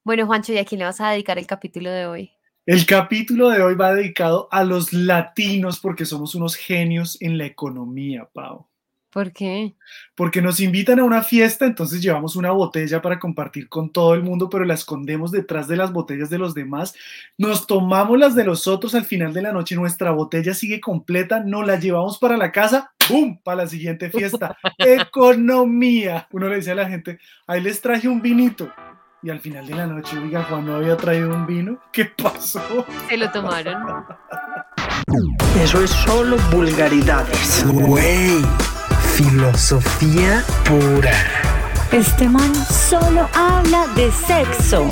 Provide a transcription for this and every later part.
Bueno, Juancho, ¿y a quién le vas a dedicar el capítulo de hoy? El capítulo de hoy va dedicado a los latinos porque somos unos genios en la economía, Pau. ¿Por qué? Porque nos invitan a una fiesta, entonces llevamos una botella para compartir con todo el mundo, pero la escondemos detrás de las botellas de los demás. Nos tomamos las de los otros al final de la noche, nuestra botella sigue completa, nos la llevamos para la casa, ¡bum!, para la siguiente fiesta. Economía. Uno le dice a la gente, ahí les traje un vinito. Y al final de la noche, oiga, Juan no había traído un vino. ¿Qué pasó? ¿Se lo tomaron? Eso es solo vulgaridades. Güey, filosofía pura. Este man solo habla de sexo.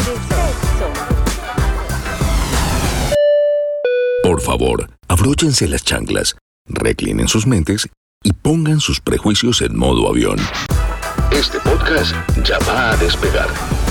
Por favor, abróchense las chanclas, reclinen sus mentes y pongan sus prejuicios en modo avión. Este podcast ya va a despegar.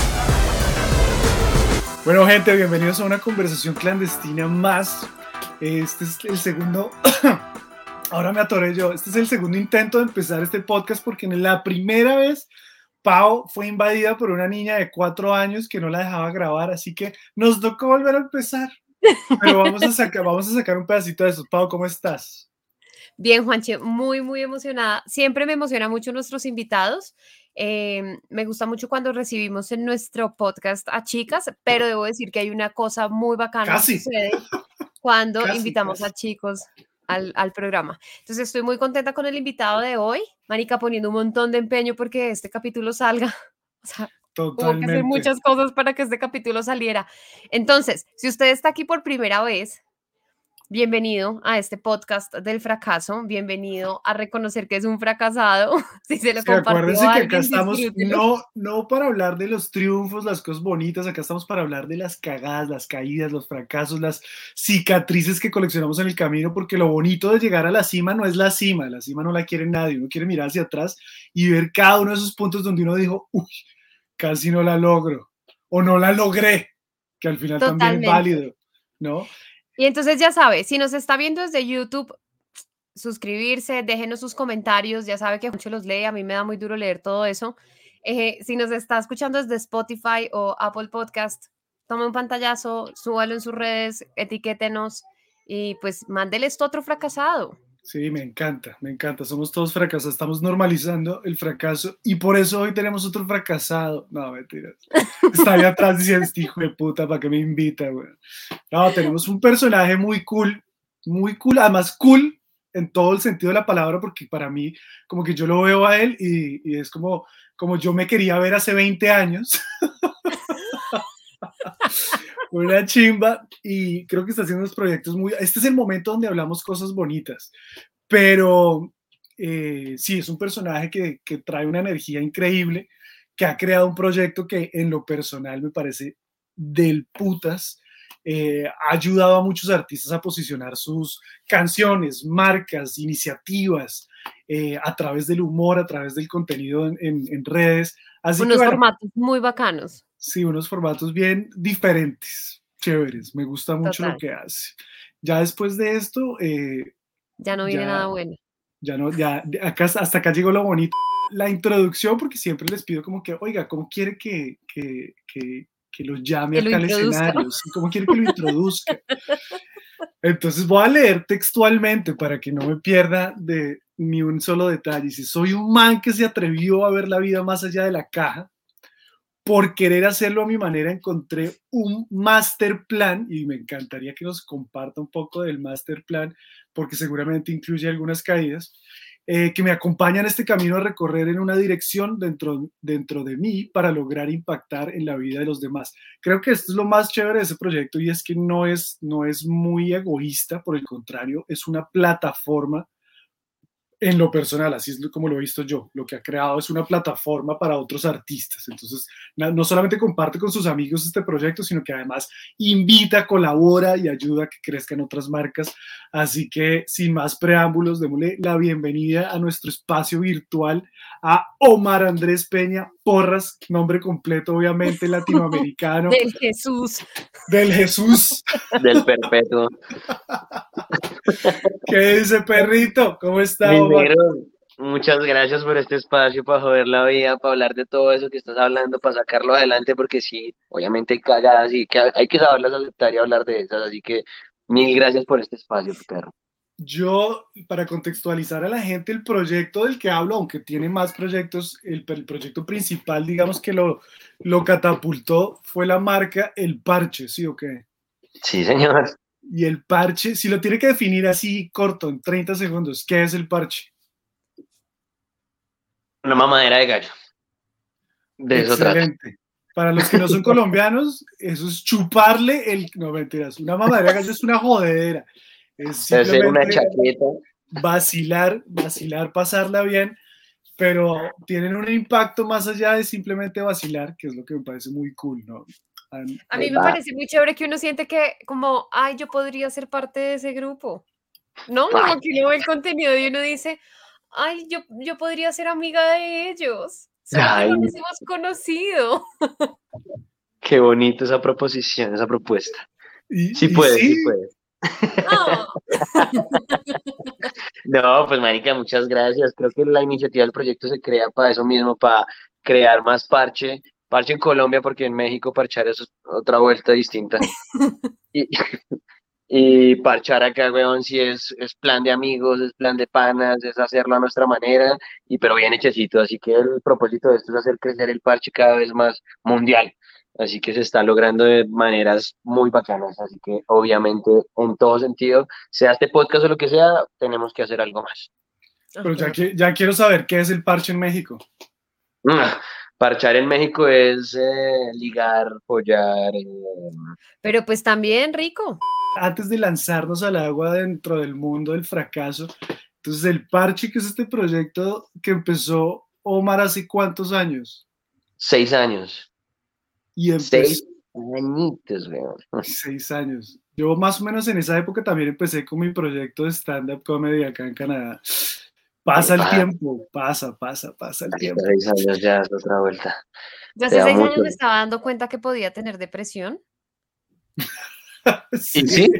Bueno, gente, bienvenidos a una conversación clandestina más. Este es el segundo... Ahora me atoré yo. Este es el segundo intento de empezar este podcast porque en la primera vez Pau fue invadida por una niña de 4 años que no la dejaba grabar, así que nos tocó volver a empezar. Pero vamos a sacar un pedacito de eso. Pau, ¿cómo estás? Bien, Juancho, muy emocionada. Siempre me emociona mucho nuestros invitados. Me gusta mucho cuando recibimos en nuestro podcast a chicas, pero debo decir que hay una cosa muy bacana que sucede cuando invitamos a chicos al programa. Entonces estoy muy contenta con el invitado de hoy, marica, poniendo un montón de empeño porque este capítulo salga. O sea, hubo que hacer muchas cosas para que este capítulo saliera. Entonces, si usted está aquí por primera vez, bienvenido a este podcast del fracaso, bienvenido a reconocer que es un fracasado. Si se lo compartió acuérdense a que alguien, acá estamos disfrútelo. no para hablar de los triunfos, las cosas bonitas, acá estamos para hablar de las cagadas, las caídas, los fracasos, las cicatrices que coleccionamos en el camino, porque lo bonito de llegar a la cima no es la cima no la quiere nadie, uno quiere mirar hacia atrás y ver cada uno de esos puntos donde uno dijo, uy, casi no la logro, o no la logré, que al final también es válido, ¿no? Y entonces ya sabe, si nos está viendo desde YouTube, suscribirse, déjenos sus comentarios, ya sabe que mucho los lee, a mí me da muy duro leer todo eso. Si nos está escuchando desde Spotify o Apple Podcast, tome un pantallazo, súbalo en sus redes, etiquétenos y pues mándele esto a otro fracasado. Sí, me encanta, somos todos fracasados, estamos normalizando el fracaso y por eso hoy tenemos otro fracasado. No, mentiras. Está ahí atrás diciendo, este hijo de puta, ¿para qué me invita, güey? No, tenemos un personaje muy cool, además cool en todo el sentido de la palabra, porque para mí, como que yo lo veo a él y es como yo me quería ver hace 20 años. Una chimba, y creo que está haciendo unos proyectos este es el momento donde hablamos cosas bonitas, pero sí, es un personaje que trae una energía increíble, que ha creado un proyecto que en lo personal me parece del putas. Ha ayudado a muchos artistas a posicionar sus canciones, marcas, iniciativas, a través del humor, a través del contenido en redes. Así unos formatos muy bacanos. Sí, unos formatos bien diferentes, chéveres. Me gusta mucho lo que hace. Ya después de esto... ya no viene nada bueno. Ya acá, hasta acá llegó lo bonito. La introducción, porque siempre les pido como que, oiga, ¿cómo quiere que los llame acá al escenario? ¿Cómo quiere que lo introduzca? Entonces voy a leer textualmente para que no me pierda de ni un solo detalle. Si soy un man que se atrevió a ver la vida más allá de la caja, por querer hacerlo a mi manera, encontré un master plan y me encantaría que nos comparta un poco del master plan, porque seguramente incluye algunas caídas, que me acompañan en este camino a recorrer en una dirección dentro de mí para lograr impactar en la vida de los demás. Creo que esto es lo más chévere de ese proyecto y es que no es muy egoísta, por el contrario, es una plataforma. En lo personal, así es como lo he visto yo, lo que ha creado es una plataforma para otros artistas. Entonces, no solamente comparte con sus amigos este proyecto, sino que además invita, colabora y ayuda a que crezcan otras marcas. Así que, sin más preámbulos, démosle la bienvenida a nuestro espacio virtual a Omar Andrés Peña Porras, nombre completo, obviamente, latinoamericano. Del Jesús. Del perpetuo. ¿Qué dice, perrito? ¿Cómo está, Omar? Muchas gracias por este espacio para joder la vida, para hablar de todo eso que estás hablando, para sacarlo adelante, porque sí, obviamente hay cagadas y que hay que saberlas aceptar y hablar de esas, así que mil gracias por este espacio, perro. Yo, para contextualizar a la gente, el proyecto del que hablo, aunque tiene más proyectos, el proyecto principal, digamos que lo catapultó, fue la marca El Parche, ¿sí o qué? Sí, señor. Y el parche, si lo tiene que definir así corto, en 30 segundos, ¿qué es el parche? Una mamadera de gallo. De eso trata. Excelente. Para los que no son colombianos, eso es chuparle el... No, mentiras. Una mamadera de gallo es una jodedera. Es Hacer una simplemente chaqueta. vacilar, pasarla bien, pero tienen un impacto más allá de simplemente vacilar, que es lo que me parece muy cool, ¿no? A mí me parece muy chévere que uno siente que como, ay, yo podría ser parte de ese grupo, ¿no? Como que uno ve el contenido y uno dice, ay, yo podría ser amiga de ellos, solo que no nos hemos conocido. Qué bonito esa proposición, esa propuesta. Sí ¿Y puede, sí? sí puede. No. No, pues marica, muchas gracias. Creo que la iniciativa del proyecto se crea para eso mismo, para crear más parche en Colombia, porque en México parchar es otra vuelta distinta. Y, y parchar acá, weón, sí es plan de amigos, es plan de panas, es hacerlo a nuestra manera, pero bien hechecito. Así que el propósito de esto es hacer crecer el parche cada vez más mundial. Así que se está logrando de maneras muy bacanas. Así que obviamente, en todo sentido, sea este podcast o lo que sea, tenemos que hacer algo más. Pero ya quiero saber qué es el parche en México. Parchar en México es ligar, follar. Pero pues también rico. Antes de lanzarnos al agua dentro del mundo del fracaso, entonces el parche, que es este proyecto que empezó Omar hace ¿cuántos años? 6 años. Y empezó... 6 añitos, weón. 6 años. Yo más o menos en esa época también empecé con mi proyecto de stand-up comedy acá en Canadá. Pasa el tiempo, pasa el tiempo. 6 años ya es otra vuelta. Ya hace 6 años me estaba dando cuenta que podía tener depresión. Sí. ¿Y sí?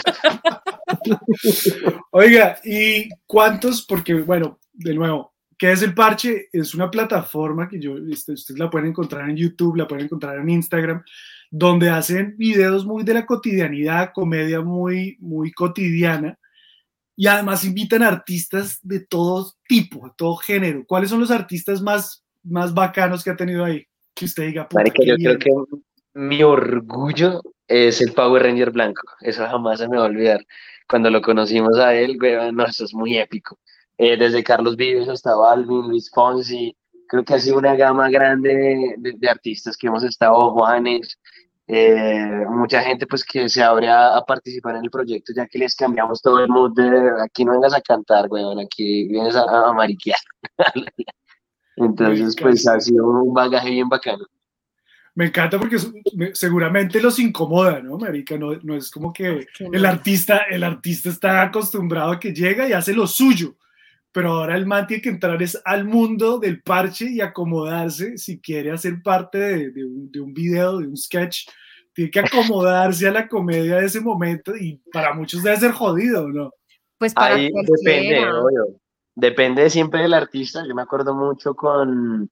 Oiga, ¿y cuántos? Porque, bueno, de nuevo, ¿qué es el parche? Es una plataforma que ustedes la pueden encontrar en YouTube, la pueden encontrar en Instagram, donde hacen videos muy de la cotidianidad, comedia muy, muy cotidiana, y además invitan artistas de todo tipo, de todo género. ¿Cuáles son los artistas más bacanos que ha tenido ahí? Que usted diga, puta, Marica, yo creo que mi orgullo es el Power Ranger blanco. Eso jamás se me va a olvidar. Cuando lo conocimos a él, güey, no, eso es muy épico. Desde Carlos Vives hasta Balvin, Luis Fonsi, creo que ha sido una gama grande de artistas que hemos estado, Juanes, mucha gente pues que se abre a participar en el proyecto, ya que les cambiamos todo el mood de aquí no vengas a cantar, weón, aquí vienes a mariquear. Entonces, pues ha sido un bagaje bien bacano. Me encanta porque seguramente los incomoda, ¿no, marica? No es como que el artista está acostumbrado a que llega y hace lo suyo, pero ahora el man tiene que entrar al mundo del parche y acomodarse si quiere hacer parte de un video, de un sketch. Tiene que acomodarse a la comedia de ese momento y para muchos debe ser jodido, ¿no? Pues para ahí depende, obvio. Depende siempre del artista. Yo me acuerdo mucho con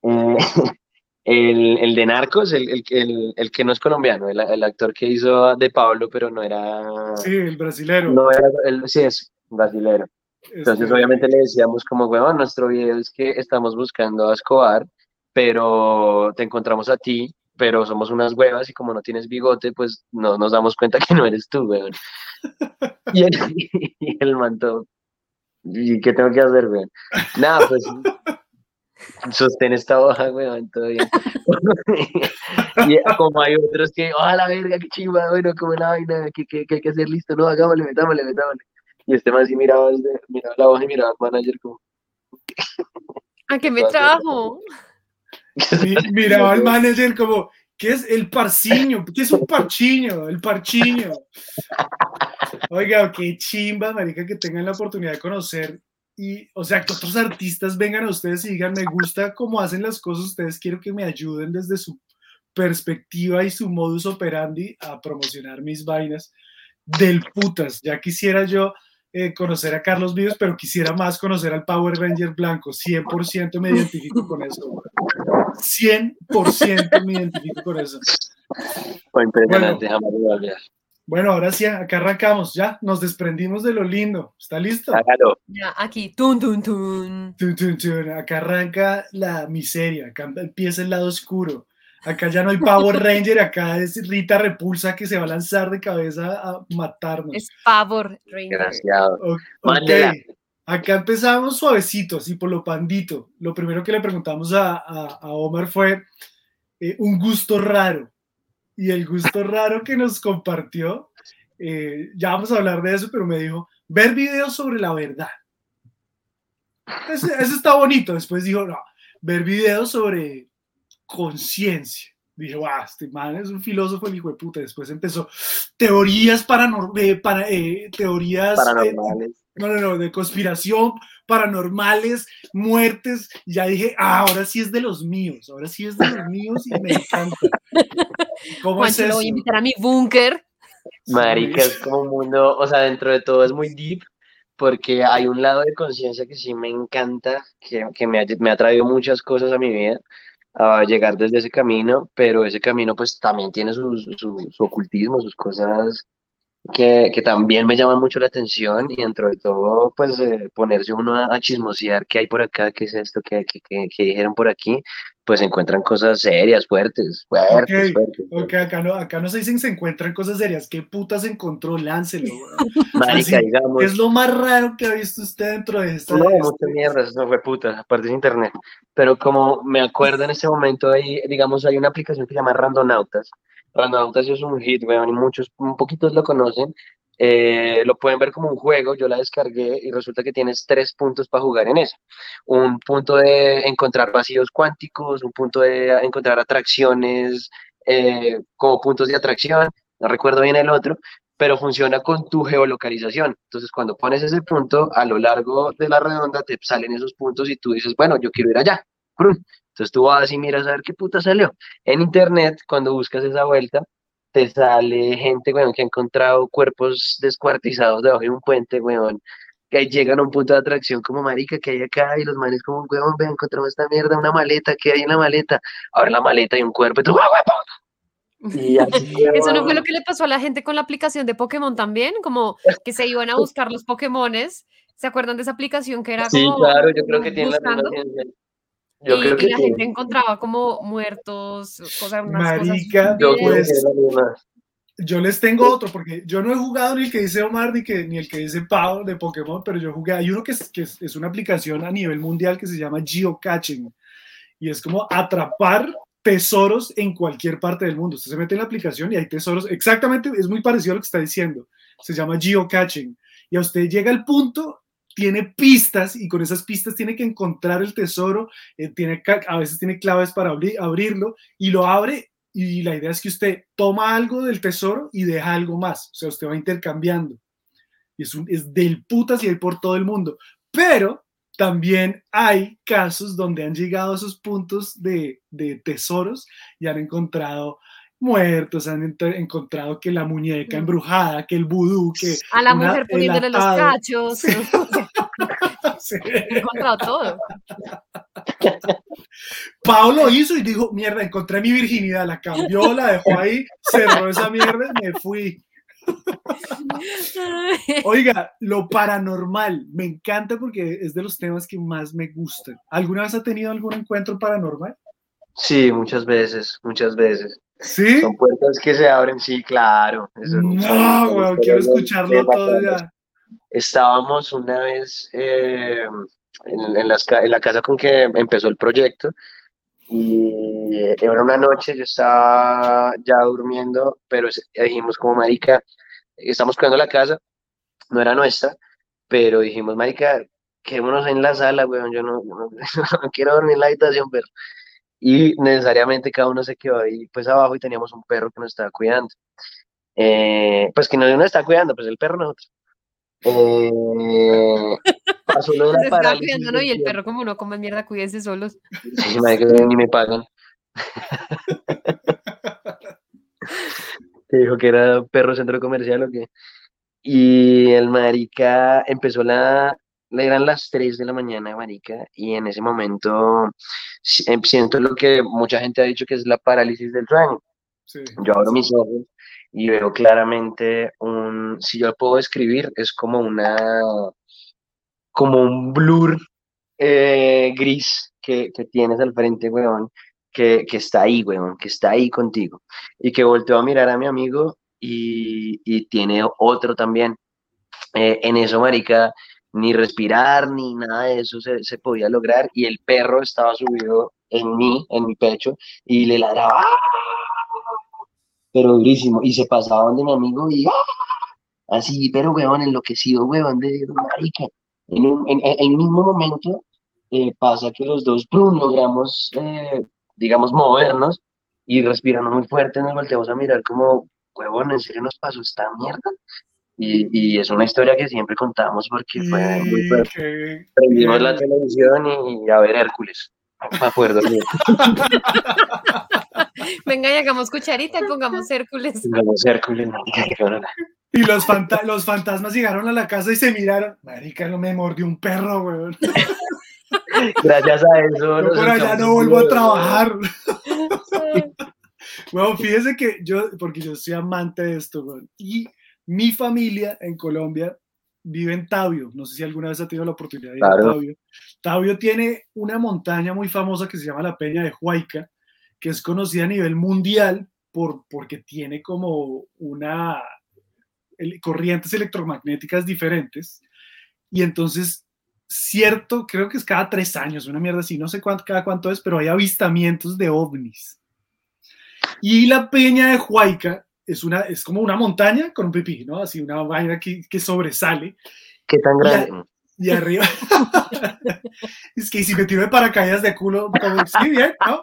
el de Narcos, el que no es colombiano, el actor que hizo de Pablo, pero no era... Sí, el brasilero. No era, sí, es brasilero. Entonces, obviamente le decíamos como, weón, nuestro video es que estamos buscando a Escobar, pero te encontramos a ti, pero somos unas huevas y como no tienes bigote, pues no nos damos cuenta que no eres tú, weón. Y el manto, ¿y qué tengo que hacer, weón? Nada, pues sostén esta hoja, weón, todo bien. Y como hay otros que, la verga, qué chimba, bueno, como la vaina, que hay que hacer listo, no, hagámosle, metámosle. Y este man sí miraba la hoja y miraba al manager como... ¿A qué me trajo? Miraba al manager como, ¿qué es el parciño? ¿Qué es un parchiño? El parchiño. Oiga, qué chimba, marica, que tengan la oportunidad de conocer y, o sea, que otros artistas vengan a ustedes y digan, me gusta cómo hacen las cosas, ustedes quiero que me ayuden desde su perspectiva y su modus operandi a promocionar mis vainas del putas. Ya quisiera yo conocer a Carlos Vives, pero quisiera más conocer al Power Ranger blanco. 100% me identifico con eso, güey. 100% me identifico con eso. Fue impresionante, jamás lo voy a olvidar. Bueno, ahora sí, acá arrancamos, ya, nos desprendimos de lo lindo. ¿Está listo? Hágalo. Ya, aquí, tun, tun, tun. Tun, tun, tun. Acá arranca la miseria, acá empieza el lado oscuro. Acá ya no hay Power Ranger, acá es Rita Repulsa que se va a lanzar de cabeza a matarnos. Es Power Ranger. Desgraciado. Ok, acá empezamos suavecitos y por lo pandito. Lo primero que le preguntamos a Omar fue un gusto raro. Y el gusto raro que nos compartió, ya vamos a hablar de eso, pero me dijo, ver videos sobre la verdad. Eso está bonito. Después dijo, no, ver videos sobre conciencia. Dije, guau, este man es un filósofo, el hijo de puta. Después empezó teorías teorías paranormales. De conspiración, paranormales, muertes. Ya dije, ahora sí es de los míos y me encanta. ¿Cómo Juancho, es eso? lo voy a invitar a mi búnker. Marica, es como un mundo, o sea, dentro de todo es muy deep, porque hay un lado de conciencia que sí me encanta, que me ha traído muchas cosas a mi vida, a llegar desde ese camino, pero ese camino pues también tiene su ocultismo, sus cosas que también me llaman mucho la atención, y dentro de todo pues ponerse uno a chismosear qué hay por acá, qué es esto, qué dijeron por aquí, pues encuentran cosas serias, fuertes. Ok, acá no se dicen se encuentran cosas serias. ¿Qué putas encontró? Láncelo. Marica, digamos. ¿Qué es lo más raro que ha visto usted dentro de esta? No, muchas mierdas, no fue puta, aparte de internet. Pero como me acuerdo en este momento, hay una aplicación que se llama Randonautas. Randonautas es un hit, weón, y un poquitos lo conocen. Lo pueden ver como un juego. Yo la descargué y resulta que tienes 3 puntos para jugar en eso. Un punto de encontrar vacíos cuánticos, un punto de encontrar atracciones como puntos de atracción, no recuerdo bien el otro, pero funciona con tu geolocalización. Entonces, cuando pones ese punto, a lo largo de la redonda te salen esos puntos y tú dices, bueno, yo quiero ir allá. Entonces tú vas y miras a ver qué puta salió. En internet, cuando buscas esa vuelta, te sale gente, weón, que ha encontrado cuerpos descuartizados debajo de un puente, weón, que llegan a un punto de atracción como marica, que hay acá, y los manes como, weón, ve, encontramos esta mierda, una maleta, ¿qué hay en la maleta? Abre la maleta y un cuerpo, y tú, y así, ¿Eso no fue lo que le pasó a la gente con la aplicación de Pokémon también? Como que se iban a buscar los Pokémones. ¿Se acuerdan de esa aplicación que era sí, como claro, yo creo que tiene buscando? la misma ciencia. Yo creo que y la gente encontraba como muertos, marica, cosas. Yo les tengo otro, porque yo no he jugado ni el que dice Omar ni el que dice Pau de Pokémon, pero yo jugué. Hay uno que es una aplicación a nivel mundial que se llama geocaching, y es como atrapar tesoros en cualquier parte del mundo. Usted se mete en la aplicación y hay tesoros, exactamente, es muy parecido a lo que está diciendo. Se llama geocaching, y a usted llega al punto, tiene pistas, y con esas pistas tiene que encontrar el tesoro, a veces tiene claves para abrirlo, y lo abre, y la idea es que usted toma algo del tesoro y deja algo más. O sea, usted va intercambiando. Y es del putas y hay por todo el mundo. Pero también hay casos donde han llegado a esos puntos de tesoros y han encontrado muertos, han encontrado que la muñeca embrujada, que el vudú, que a la mujer poniéndole los cachos. Sí. Sí. He encontrado todo. Pablo hizo y dijo, mierda, encontré mi virginidad, la cambió, la dejó ahí, cerró esa mierda y me fui. Oiga, lo paranormal me encanta porque es de los temas que más me gustan. ¿Alguna vez ha tenido algún encuentro paranormal? Sí, muchas veces. ¿Sí? Son puertas que se abren, sí, claro. No, bueno, quiero escucharlo todo ya. Estábamos una vez en la casa con que empezó el proyecto, y era una noche, yo estaba ya durmiendo, pero dijimos como, marica, estamos cuidando la casa, no era nuestra, pero dijimos, marica, quedémonos en la sala, weón, yo no quiero dormir en la habitación, pero... Y necesariamente cada uno se quedó ahí pues abajo, y teníamos un perro que nos estaba cuidando. Pues que no nos estaba cuidando, pues el perro nosotros. Pasó lo de la parálisis. ¿No? Y el perro, como no comen mierda, cuídense solos. Sí, madre, que ni me pagan. Te dijo que era perro centro comercial o qué. Y el marica empezó eran las 3 de la mañana, marica, y en ese momento siento lo que mucha gente ha dicho que es la parálisis del sueño. Sí, Yo abro mis ojos y veo claramente si yo lo puedo describir, es como un blur gris que tienes al frente, weón, que está ahí, weón, que está ahí contigo. Y que volteó a mirar a mi amigo y tiene otro también. En eso, marica, ni respirar ni nada de eso se podía lograr y el perro estaba subido en mi pecho y le ladraba, ¡ah! Pero durísimo, y se pasaba de mi amigo y ¡ah! Así, pero weón, enloquecido, weón, de marica. En el mismo momento pasa que los dos, ¡prum!, logramos, digamos, movernos y respirando muy fuerte nos volteamos a mirar como, huevón, ¿en serio nos pasó esta mierda? Y es una historia que siempre contamos porque fue muy Y fuerte. que Prendimos la televisión y a ver Hércules, para poder dormir. Venga y hagamos cucharita y pongamos Hércules. Pongamos Hércules, marica, qué horror. Y los fantasmas llegaron a la casa y se miraron. Marica, no me mordió un perro, weón. Gracias a eso. Yo por allá no vuelvo a trabajar. Bueno, fíjese que porque yo soy amante de esto, weón. Y mi familia en Colombia vive en Tabio. No sé si alguna vez ha tenido la oportunidad de ir a Tabio. Tabio tiene una montaña muy famosa que se llama la Peña de Huayca, que es conocida a nivel mundial porque tiene como corrientes electromagnéticas diferentes. Y entonces, creo que es cada 3 años, una mierda así, no sé cada cuánto es, pero hay avistamientos de ovnis. Y la Peña de Huayca es como una montaña con un pipí, ¿no? Así una vaina que sobresale. ¿Qué tan grande? Y arriba. Es que si me tiro de paracaídas de culo, como, sí, bien, ¿no?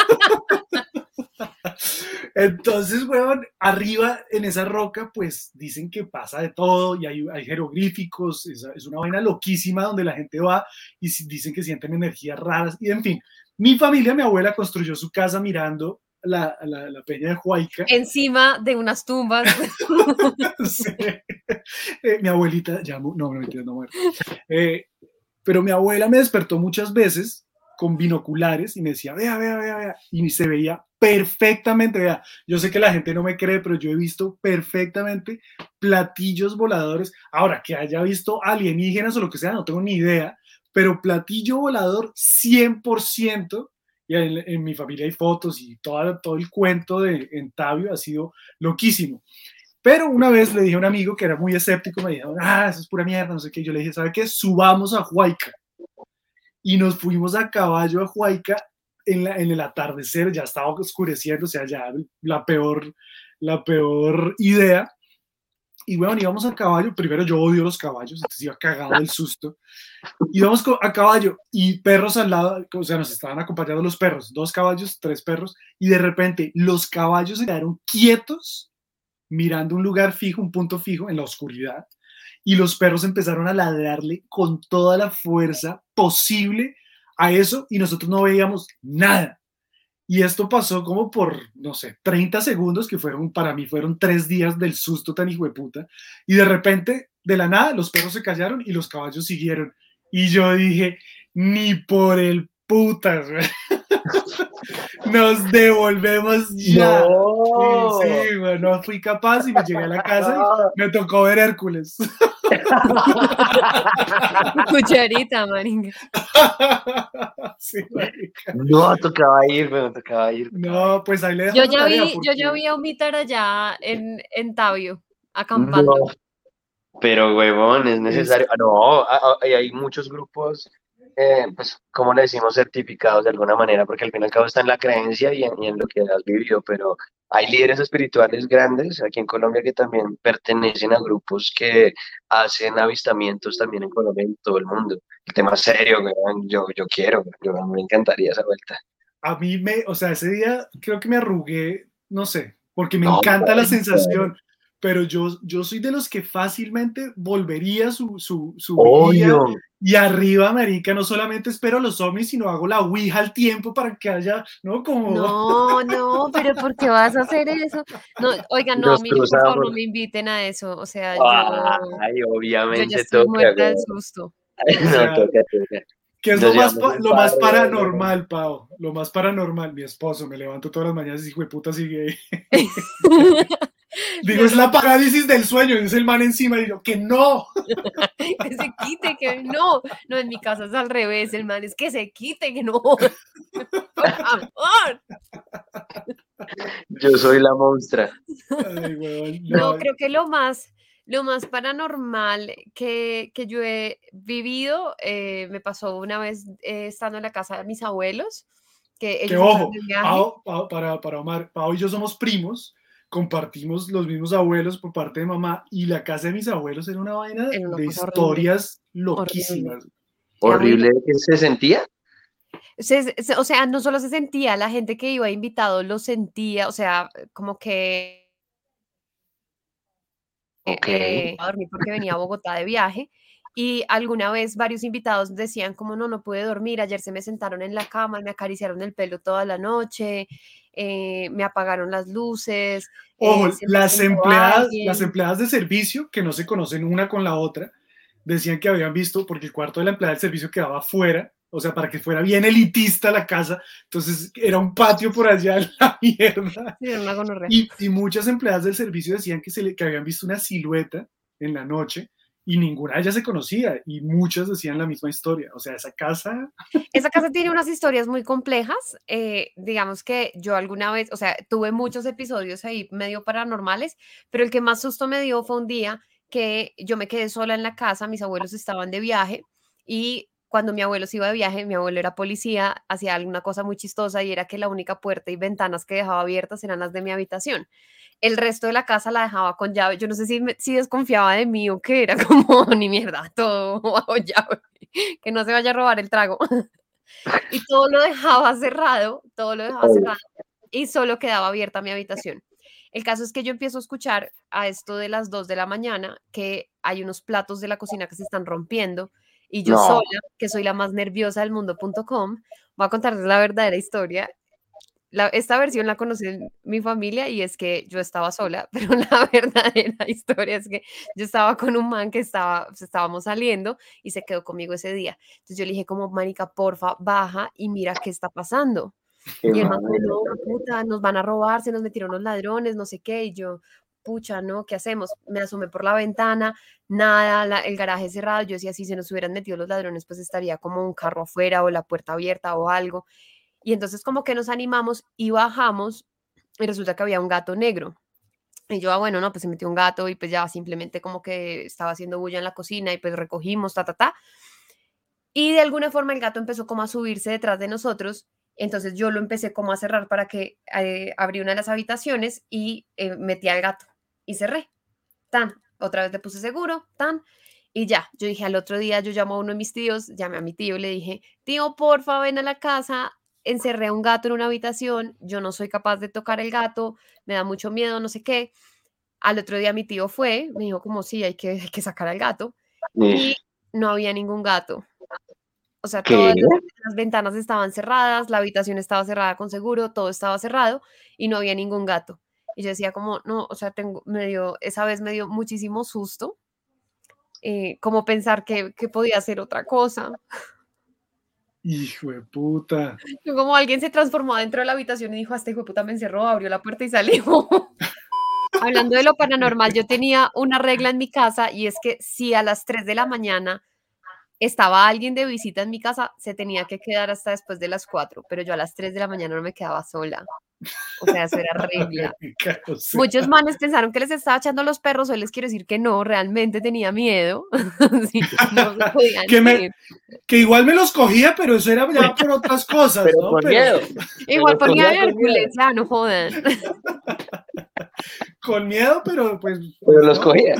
Entonces, weón, arriba en esa roca, pues dicen que pasa de todo y hay jeroglíficos, es una vaina loquísima donde la gente va y dicen que sienten energías raras. Y en fin, mi abuela construyó su casa mirando la Peña de Huayca. Encima de unas tumbas. Sí. Mi abuelita, no muere. Pero mi abuela me despertó muchas veces con binoculares y me decía, vea, y se veía perfectamente, vea. Yo sé que la gente no me cree, pero yo he visto perfectamente platillos voladores. Ahora, que haya visto alienígenas o lo que sea, no tengo ni idea, pero platillo volador 100%. Y en mi familia hay fotos y todo el cuento en Tabio ha sido loquísimo. Pero una vez le dije a un amigo que era muy escéptico, me dijo, eso es pura mierda, no sé qué. Yo le dije, ¿sabe qué? Subamos a Huayca. Y nos fuimos a caballo a Huayca en el atardecer, ya estaba oscureciendo, o sea, ya la peor idea. Y bueno, íbamos a caballo, primero yo odio los caballos, entonces iba cagado del susto. Íbamos a caballo y perros al lado, o sea, nos estaban acompañando los perros, 2 caballos, 3 perros, y de repente los caballos se quedaron quietos, mirando un lugar fijo, un punto fijo en la oscuridad, y los perros empezaron a ladrarle con toda la fuerza posible a eso, y nosotros no veíamos nada. Y esto pasó como por, no sé, 30 segundos, que para mí fueron 3 días del susto tan hijueputa. Y de repente, de la nada, los perros se callaron y los caballos siguieron. Y yo dije, ni por el putas, nos devolvemos ya. No. Sí, bueno, no fui capaz y me llegué a la casa y me tocó ver Hércules. Cucharita, marica. Sí, marica. No, tocaba ir. No, pues ahí le dejo Yo la tarea porque... ya vi a un Mitar allá en Tabio, acampando. No, pero, huevón, es necesario. Hay muchos grupos, pues, como le decimos, certificados de alguna manera, porque al fin y al cabo está en la creencia y en lo que has vivido, pero hay líderes espirituales grandes aquí en Colombia que también pertenecen a grupos que hacen avistamientos también en Colombia y en todo el mundo. El tema es serio, huevón, yo quiero, me encantaría esa vuelta. A mí ese día creo que me arrugué, no sé, porque me encanta la sensación, pero yo soy de los que fácilmente volvería su Obvio. vigía, y arriba, marica, no solamente espero los ovnis, sino hago la ouija al tiempo para que haya, ¿no? Como... No, pero ¿por qué vas a hacer eso? No, oigan, no, a Nos mí por favor no cruzamos. me inviten a eso, o sea, Ay, yo ya obviamente estoy toca, muerta del güey. susto. O No, sea, toca. ¿qué es Nos lo más, llevamos un lo más par de- paranormal, Pau? Lo más paranormal, mi esposo, me levanto todas las mañanas y hijo de puta sigue ahí. Digo, No, es la parálisis del sueño, y es el man encima, y digo, que no. que se quite, que no. No, en mi casa es al revés, el man es que se quite, que no. Por favor. Yo soy la monstrua. Ay, weón, No, creo que lo más paranormal que yo he vivido me pasó una vez estando en la casa de mis abuelos, que que ellos ojo, estaban de viaje. para Omar, Pau y yo somos primos, compartimos los mismos abuelos por parte de mamá, y la casa de mis abuelos era una vaina Era una de cosa historias loquísimas. Era muy Horrible que se sentía. O sea, no solo se sentía, la gente que iba invitado lo sentía, o sea, como que Ok. a dormir porque venía a Bogotá de viaje, y alguna vez varios invitados decían como no pude dormir, ayer se me sentaron en la cama y me acariciaron el pelo toda la noche, me apagaron las luces, Ojo, se me sentó alguien. las empleadas de servicio, que no se conocen una con la otra, decían que habían visto, porque el cuarto de la empleada del servicio quedaba afuera, o sea, para que fuera bien elitista la casa, entonces era un patio por allá en la mierda. Sí, era una gonorrea. Y muchas empleadas del servicio decían que habían visto una silueta en la noche, y ninguna de ellas se conocía, y muchas decían la misma historia. O sea, esa casa... Esa casa tiene unas historias muy complejas. Digamos que yo alguna vez, o sea, tuve muchos episodios ahí medio paranormales, pero el que más susto me dio fue un día que yo me quedé sola en la casa, mis abuelos estaban de viaje, y cuando mi abuelo se iba de viaje, mi abuelo era policía, hacía alguna cosa muy chistosa, y era que la única puerta y ventanas que dejaba abiertas eran las de mi habitación. El resto de la casa la dejaba con llave. Yo no sé si desconfiaba de mí o qué, era como, ni mierda, todo bajo llave, que no se vaya a robar el trago. Y todo lo dejaba cerrado, y solo quedaba abierta mi habitación. El caso es que yo empiezo a escuchar a esto de las 2 de la mañana que hay unos platos de la cocina que se están rompiendo, y yo No. sola, que soy la más nerviosa del mundo.com, voy a contarles la verdadera historia. Esta versión la conoce mi familia, y es que yo estaba sola, pero la verdadera historia es que yo estaba con un man que estábamos saliendo y se quedó conmigo ese día. Entonces yo le dije como, marica, porfa, baja y mira qué está pasando. Y el man como, no, puta, nos van a robar, se nos metieron los ladrones, no sé qué. Y yo, pucha, ¿no? ¿Qué hacemos? Me asomé por la ventana, nada, el garaje cerrado. Yo decía, si se nos hubieran metido los ladrones, pues estaría como un carro afuera o la puerta abierta o algo. Y entonces como que nos animamos y bajamos, y resulta que había un gato negro. Y yo, bueno, no, pues se metió un gato, y pues ya simplemente como que estaba haciendo bulla en la cocina, y pues recogimos, Y de alguna forma el gato empezó como a subirse detrás de nosotros. Entonces yo lo empecé como a cerrar para que abrí una de las habitaciones y metí al gato y cerré. Otra vez le puse seguro, y ya. Yo dije, al otro día yo llamo a uno de mis tíos, llamé a mi tío y le dije, tío, porfa, ven a la casa, encerré a un gato en una habitación, yo no soy capaz de tocar el gato, me da mucho miedo, no sé qué. Al otro día mi tío fue, me dijo como, sí, hay que sacar al gato, y no había ningún gato. O sea, todas las ventanas estaban cerradas, la habitación estaba cerrada con seguro, todo estaba cerrado y no había ningún gato. Y yo decía como, no, o sea, esa vez me dio muchísimo susto, como pensar que podía ser otra cosa. Hijo de puta. Como alguien se transformó dentro de la habitación y dijo, este hijo de puta me encerró, abrió la puerta y salió. Hablando de lo paranormal, yo tenía una regla en mi casa, y es que si a las 3 de la mañana estaba alguien de visita en mi casa, se tenía que quedar hasta después de las 4, pero yo a las 3 de la mañana no me quedaba sola. O sea, eso era regla. Muchos manes pensaron que les estaba echando los perros, hoy les quiero decir que no, realmente tenía miedo. Sí, no se podían ir. Que igual me los cogía, pero eso era ya por otras cosas, pero ¿no? Con miedo. Igual ponía a Hércules, ya, no jodan. Con miedo, pero pues... Pero los cogía.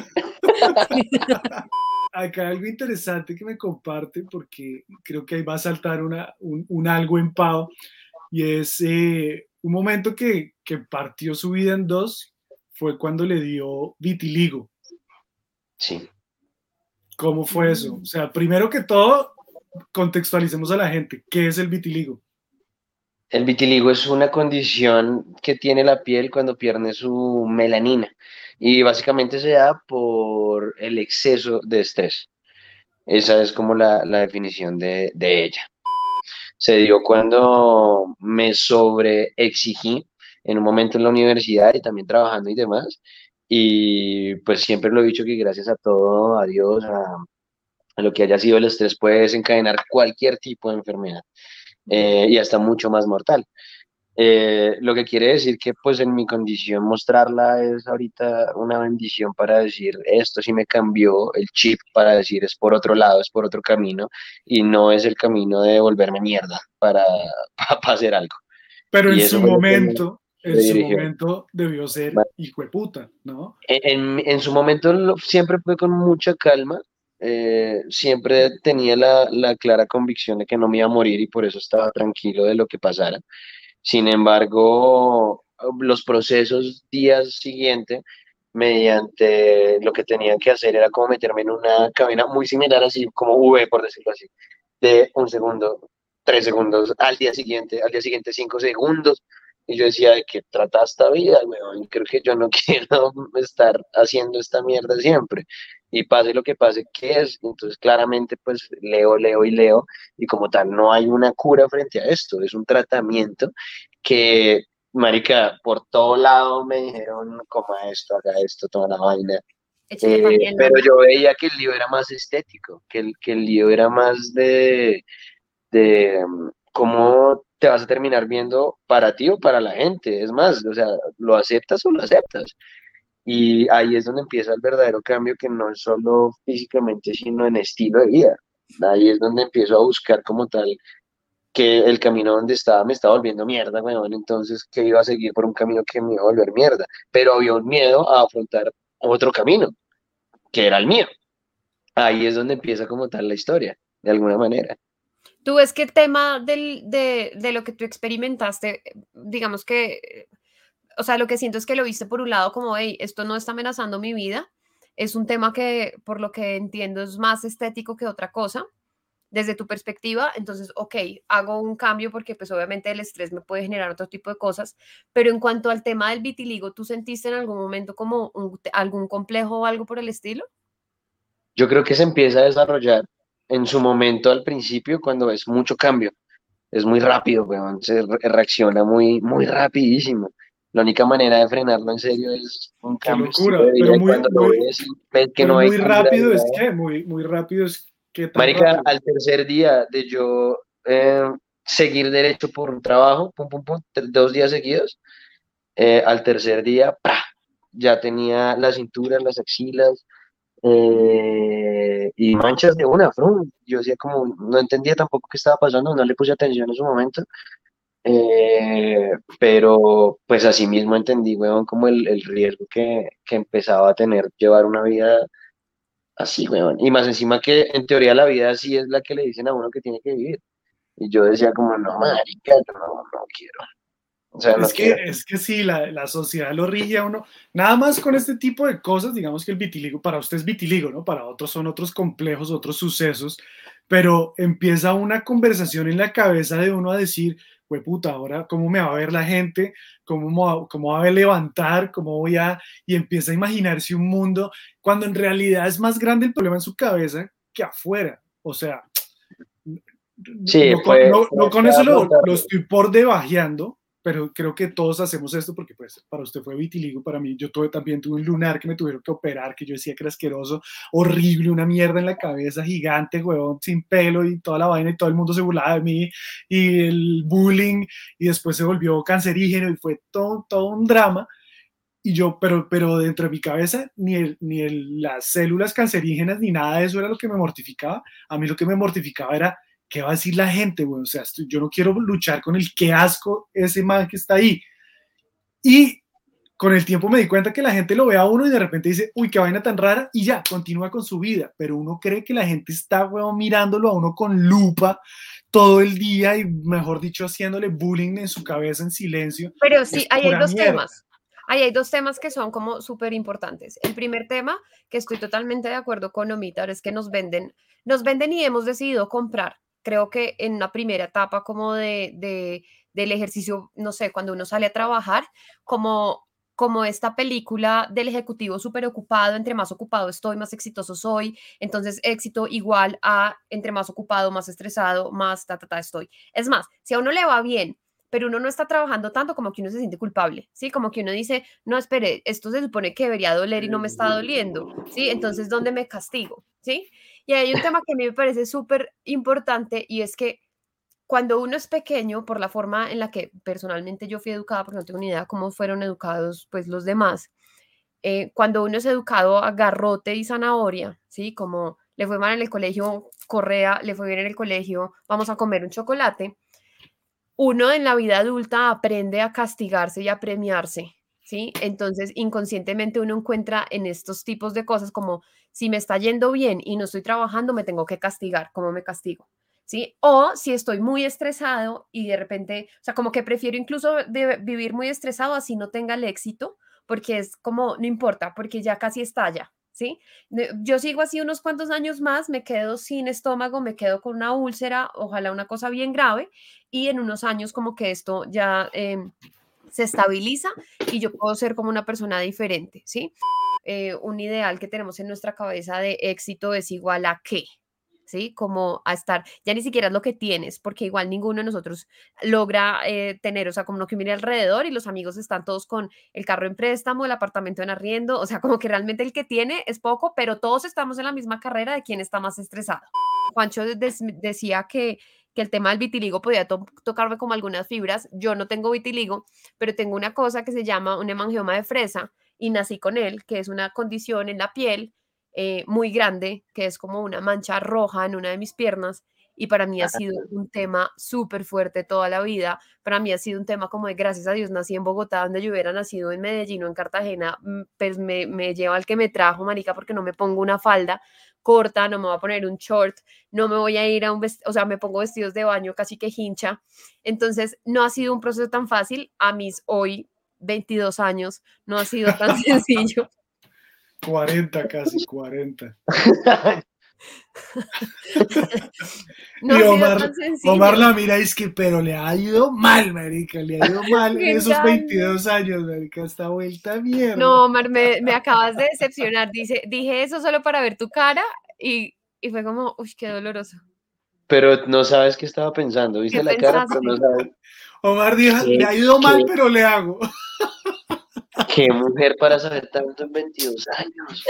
Acá algo interesante que me comparte, porque creo que ahí va a saltar un algo en Pau, y es un momento que partió su vida en dos, fue cuando le dio vitiligo. Sí. ¿Cómo fue eso? O sea, primero que todo, contextualicemos a la gente. ¿Qué es el vitiligo? El vitiligo es una condición que tiene la piel cuando pierde su melanina y básicamente se da por el exceso de estrés. Esa es como la definición de ella. Se dio cuando me sobreexigí en un momento en la universidad y también trabajando y demás. Y pues siempre lo he dicho que gracias a todo, a Dios, a lo que haya sido el estrés puede desencadenar cualquier tipo de enfermedad y hasta mucho más mortal. Lo que quiere decir que pues en mi condición mostrarla es ahorita una bendición para decir esto sí me cambió el chip para decir es por otro lado, es por otro camino y no es el camino de volverme mierda para hacer algo. Pero Y en eso su fue lo que momento, me dirigió. debió ser Bueno, hijueputa, ¿no? en su momento siempre fue con mucha calma, siempre tenía la clara convicción de que no me iba a morir y por eso estaba tranquilo de lo que pasara. Sin embargo, los procesos días siguientes, mediante lo que tenían que hacer era como meterme en una cabina muy similar, así como V, por decirlo así, de 1 segundo, 3 segundos, al día siguiente 5 segundos. Y yo decía, ¿de qué trata esta vida, weón? Creo que yo no quiero estar haciendo esta mierda siempre. Y pase lo que pase, ¿qué es? Entonces, claramente, pues leo y leo. Y como tal, no hay una cura frente a esto. Es un tratamiento que, marica, por todo lado me dijeron, coma esto, haga esto, toda la vaina. Échale también, Pero ¿no? yo veía que el lío era más estético, que el lío era más de cómo te vas a terminar viendo para ti o para la gente. Es más, o sea, lo aceptas o lo aceptas. Y ahí es donde empieza el verdadero cambio, que no es solo físicamente, sino en estilo de vida. Ahí es donde empiezo a buscar como tal que el camino donde estaba me estaba volviendo mierda, weón. Entonces, que iba a seguir por un camino que me iba a volver mierda. Pero había un miedo a afrontar otro camino, que era el mío. Ahí es donde empieza como tal la historia, de alguna manera. Tú ves que el tema de lo que tú experimentaste, digamos que, o sea, lo que siento es que lo viste por un lado como, hey, esto no está amenazando mi vida, es un tema que, por lo que entiendo, es más estético que otra cosa, desde tu perspectiva, entonces, ok, hago un cambio porque pues obviamente el estrés me puede generar otro tipo de cosas, pero en cuanto al tema del vitiligo, ¿tú sentiste en algún momento como algún complejo o algo por el estilo? Yo creo que se empieza a desarrollar en su momento al principio cuando es mucho cambio. Es muy rápido, weón. Reacciona muy rapidísimo. La única manera de frenarlo en serio es un Qué cambio de estilo de locura, vida y cuando lo ves y ves que pero no hay muy cura rápido de es nada. que, muy rápido es que tan Marica, rápido. al tercer día de yo seguir derecho por un trabajo, pum, pum, pum, 2 días seguidos, al tercer día, ¡pra! Ya tenía la cintura, las axilas, y manchas de una, frum. Yo decía como, no entendía tampoco qué estaba pasando, no le puse atención en su momento, pero pues así mismo entendí, weón, como el riesgo que empezaba a tener llevar una vida así, weón, y más encima que en teoría la vida así es la que le dicen a uno que tiene que vivir, y yo decía como, no, marica, yo no quiero, o sea, no quiero. Es que sí, la sociedad lo rige a uno. Nada más con este tipo de cosas, digamos que el vitiligo, para usted es vitiligo, ¿no? Para otros son otros complejos, otros sucesos, pero empieza una conversación en la cabeza de uno a decir, puta, ahora cómo me va a ver la gente, cómo va a levantar, cómo voy a... Y empieza a imaginarse un mundo, cuando en realidad es más grande el problema en su cabeza que afuera. O sea, Sí, no con fue eso lo afrontarlo. estoy por debajeando, pero creo que todos hacemos esto porque pues para usted fue vitiligo, para mí también tuve un lunar que me tuvieron que operar, que yo decía que era asqueroso, horrible, una mierda en la cabeza gigante, huevón, sin pelo y toda la vaina y todo el mundo se burlaba de mí y el bullying y después se volvió cancerígeno y fue todo un drama. Y yo, pero dentro de mi cabeza, las células cancerígenas ni nada de eso era lo que me mortificaba. A mí lo que me mortificaba era qué va a decir la gente, güey. O sea, yo no quiero luchar con el qué asco ese man que está ahí. Y con el tiempo me di cuenta que la gente lo ve a uno y de repente dice, uy, qué vaina tan rara, y ya, continúa con su vida. Pero uno cree que la gente está, güey, mirándolo a uno con lupa todo el día y, mejor dicho, haciéndole bullying en su cabeza en silencio. Pero Es sí, ahí hay pura dos mierda. temas. Ahí hay dos temas que son como súper importantes. El primer tema, que estoy totalmente de acuerdo con Omitar, es que nos venden y hemos decidido comprar. Creo que en una primera etapa como del ejercicio, no sé, cuando uno sale a trabajar, como esta película del ejecutivo súper ocupado, entre más ocupado estoy, más exitoso soy, entonces éxito igual a entre más ocupado, más estresado, más estoy. Es más, si a uno le va bien, pero uno no está trabajando tanto, como que uno se siente culpable, ¿sí? Como que uno dice, no, espere, esto se supone que debería doler y no me está doliendo, ¿sí? Entonces, ¿dónde me castigo? ¿Sí? Y hay un tema que a mí me parece súper importante y es que cuando uno es pequeño, por la forma en la que personalmente yo fui educada, porque no tengo ni idea cómo fueron educados pues los demás, cuando uno es educado a garrote y zanahoria, ¿sí? Como le fue mal en el colegio, correa, le fue bien en el colegio, vamos a comer un chocolate, uno en la vida adulta aprende a castigarse y a premiarse, ¿sí? Entonces, inconscientemente uno encuentra en estos tipos de cosas como si me está yendo bien y no estoy trabajando, me tengo que castigar, ¿cómo me castigo? ¿Sí? O si estoy muy estresado y de repente, o sea, como que prefiero incluso vivir muy estresado así no tenga el éxito, porque es como, no importa, porque ya casi estalla, ¿sí? Yo sigo así unos cuantos años más, me quedo sin estómago, me quedo con una úlcera, ojalá una cosa bien grave, y en unos años como que esto ya se estabiliza y yo puedo ser como una persona diferente, ¿sí? Un ideal que tenemos en nuestra cabeza de éxito es igual a qué, ¿sí? Como a estar, ya ni siquiera es lo que tienes, porque igual ninguno de nosotros logra tener, o sea, como no que mire alrededor y los amigos están todos con el carro en préstamo, el apartamento en arriendo, o sea, como que realmente el que tiene es poco, pero todos estamos en la misma carrera de quién está más estresado. Juancho decía que el tema del vitiligo podía tocarme como algunas fibras. Yo no tengo vitiligo, pero tengo una cosa que se llama un hemangioma de fresa y nací con él, que es una condición en la piel muy grande, que es como una mancha roja en una de mis piernas. Y para mí ha sido un tema súper fuerte toda la vida. Para mí ha sido un tema como de gracias a Dios nací en Bogotá, donde yo hubiera nacido en Medellín o en Cartagena, pues me lleva al que me trajo, marica, porque no me pongo una falda corta, no me voy a poner un short, no me voy a ir a o sea, me pongo vestidos de baño casi que hincha. Entonces, no ha sido un proceso tan fácil a mis hoy 22 años, no ha sido tan sencillo. 40 casi, 40. No y ha Omar, sido tan sencillo. Omar la mira y es que, pero le ha ido mal, marica, le ha ido mal en esos 22 años, marica, esta vuelta a mierda. No, Omar, me acabas de decepcionar. Dije eso solo para ver tu cara y fue como, uy, qué doloroso. Pero no sabes qué estaba pensando, viste la cara, pero no sabes. Omar dijo, le ha ido mal, pero le hago. Qué mujer para saber tanto en 22 años.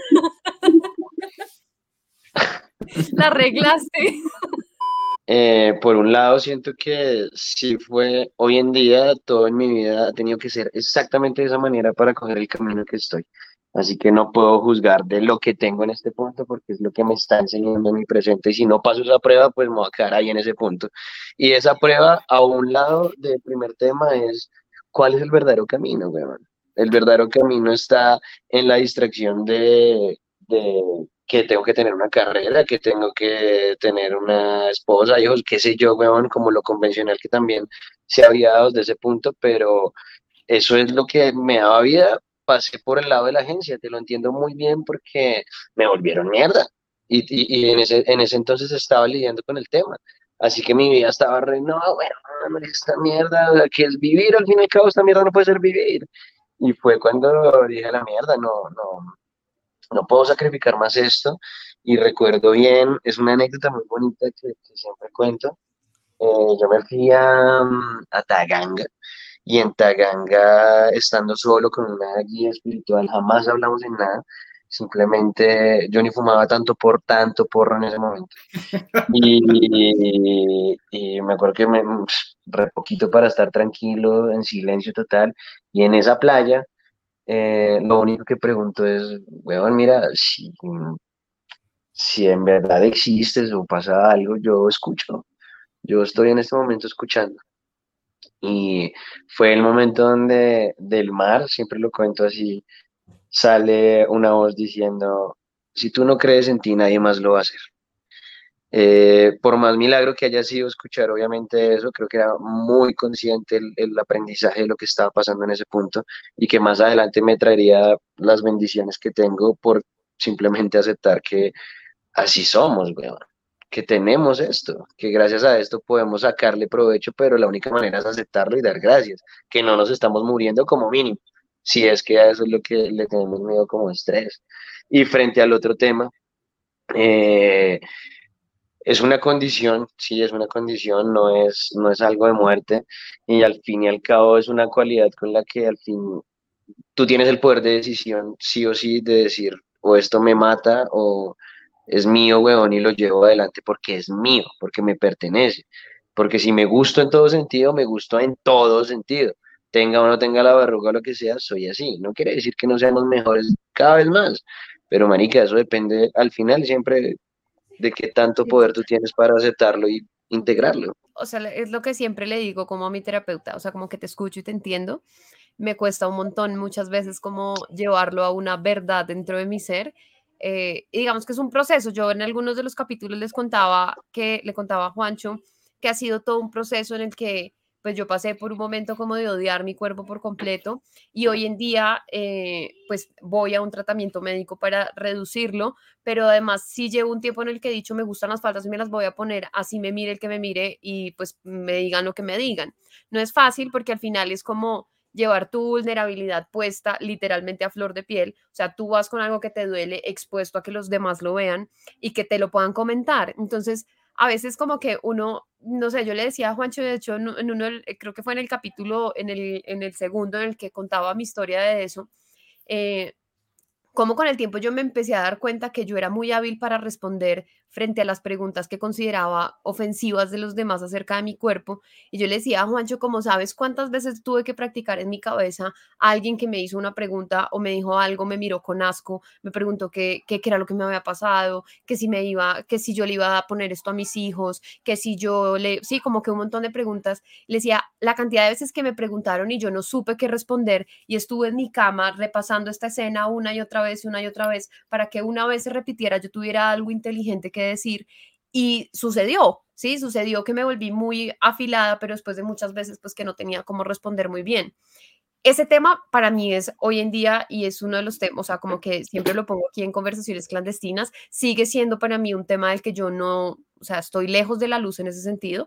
La arreglaste. Por un lado, siento que sí fue, hoy en día, todo en mi vida ha tenido que ser exactamente de esa manera para coger el camino que estoy. Así que no puedo juzgar de lo que tengo en este punto porque es lo que me está enseñando mi presente. Y si no paso esa prueba, pues me voy a quedar ahí en ese punto. Y esa prueba, a un lado del primer tema, es cuál es el verdadero camino, weón. El verdadero camino está en la distracción de que tengo que tener una carrera, que tengo que tener una esposa, hijos, qué sé yo, weón, como lo convencional que también se había dado desde ese punto, pero eso es lo que me daba vida. Pasé por el lado de la agencia, te lo entiendo muy bien porque me volvieron mierda y en ese entonces estaba lidiando con el tema. Así que mi vida estaba re, no, bueno, no, esta mierda, que es vivir, al fin y al cabo, esta mierda no puede ser vivir. Y fue cuando dije la mierda, no puedo sacrificar más esto. Y recuerdo bien, es una anécdota muy bonita que siempre cuento. Yo me fui a Taganga y en Taganga, estando solo con una guía espiritual, jamás hablamos en nada. Simplemente yo ni fumaba tanto porro en ese momento. Y me acuerdo que re poquito para estar tranquilo, en silencio total. Y en esa playa, lo único que pregunto es, weón, mira, si en verdad existes o pasa algo, yo escucho. Yo estoy en este momento escuchando. Y fue el momento donde del mar, siempre lo cuento así, sale una voz diciendo, si tú no crees en ti, nadie más lo va a hacer. Por más milagro que haya sido escuchar obviamente eso, creo que era muy consciente el aprendizaje de lo que estaba pasando en ese punto y que más adelante me traería las bendiciones que tengo por simplemente aceptar que así somos, weón, que tenemos esto, que gracias a esto podemos sacarle provecho, pero la única manera es aceptarlo y dar gracias, que no nos estamos muriendo como mínimo, si es que a eso es lo que le tenemos miedo como estrés. Y frente al otro tema, eh, es una condición, sí, es una condición, no es algo de muerte, y al fin y al cabo es una cualidad con la que al fin tú tienes el poder de decisión, sí o sí, de decir, o esto me mata, o es mío, weón, y lo llevo adelante porque es mío, porque me pertenece. Porque si me gusto en todo sentido, me gusto en todo sentido. Tenga o no tenga la verruga o lo que sea, soy así. No quiere decir que no seamos mejores cada vez más, pero marica, eso depende al final siempre de qué tanto Sí, poder tú total. tienes para aceptarlo y integrarlo. O sea, es lo que siempre le digo como a mi terapeuta, o sea, como que te escucho y te entiendo. Me cuesta un montón muchas veces como llevarlo a una verdad dentro de mi ser. Y digamos que es un proceso. Yo en algunos de los capítulos le contaba a Juancho que ha sido todo un proceso en el que pues yo pasé por un momento como de odiar mi cuerpo por completo y hoy en día pues voy a un tratamiento médico para reducirlo, pero además sí llevo un tiempo en el que he dicho me gustan las faldas y me las voy a poner, así me mire el que me mire y pues me digan lo que me digan. No es fácil porque al final es como llevar tu vulnerabilidad puesta literalmente a flor de piel, o sea, tú vas con algo que te duele expuesto a que los demás lo vean y que te lo puedan comentar. Entonces, a veces como que uno, no sé, yo le decía a Juancho, de hecho, en uno, creo que fue en el capítulo, en el segundo en el que contaba mi historia de eso, eh, como con el tiempo yo me empecé a dar cuenta que yo era muy hábil para responder frente a las preguntas que consideraba ofensivas de los demás acerca de mi cuerpo. Y yo le decía a Juancho, como sabes, cuántas veces tuve que practicar en mi cabeza a alguien que me hizo una pregunta o me dijo algo, me miró con asco, me preguntó qué era lo que me había pasado, que si yo le iba a poner esto a mis hijos, que si yo le, sí, como que un montón de preguntas. Le decía, la cantidad de veces que me preguntaron y yo no supe qué responder y estuve en mi cama repasando esta escena una y otra vez, para que una vez se repitiera, yo tuviera algo inteligente que decir. Y sucedió, ¿sí? Sucedió que me volví muy afilada, pero después de muchas veces, pues que no tenía cómo responder muy bien. Ese tema para mí es hoy en día y es uno de los temas, o sea, como que siempre lo pongo aquí en conversaciones clandestinas, sigue siendo para mí un tema del que yo no, o sea, estoy lejos de la luz en ese sentido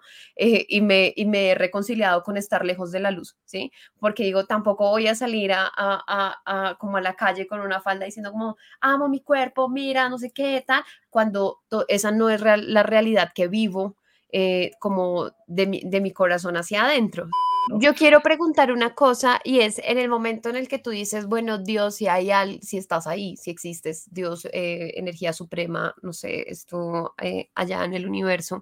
y me he reconciliado con estar lejos de la luz, ¿sí? Porque digo, tampoco voy a salir como a la calle con una falda diciendo como, amo mi cuerpo, mira, no sé qué, tal, cuando esa no es la realidad que vivo como de mi corazón hacia adentro. Yo quiero preguntar una cosa y es en el momento en el que tú dices, bueno, Dios, si hay si estás ahí, si existes, Dios, energía suprema, no sé, esto allá en el universo,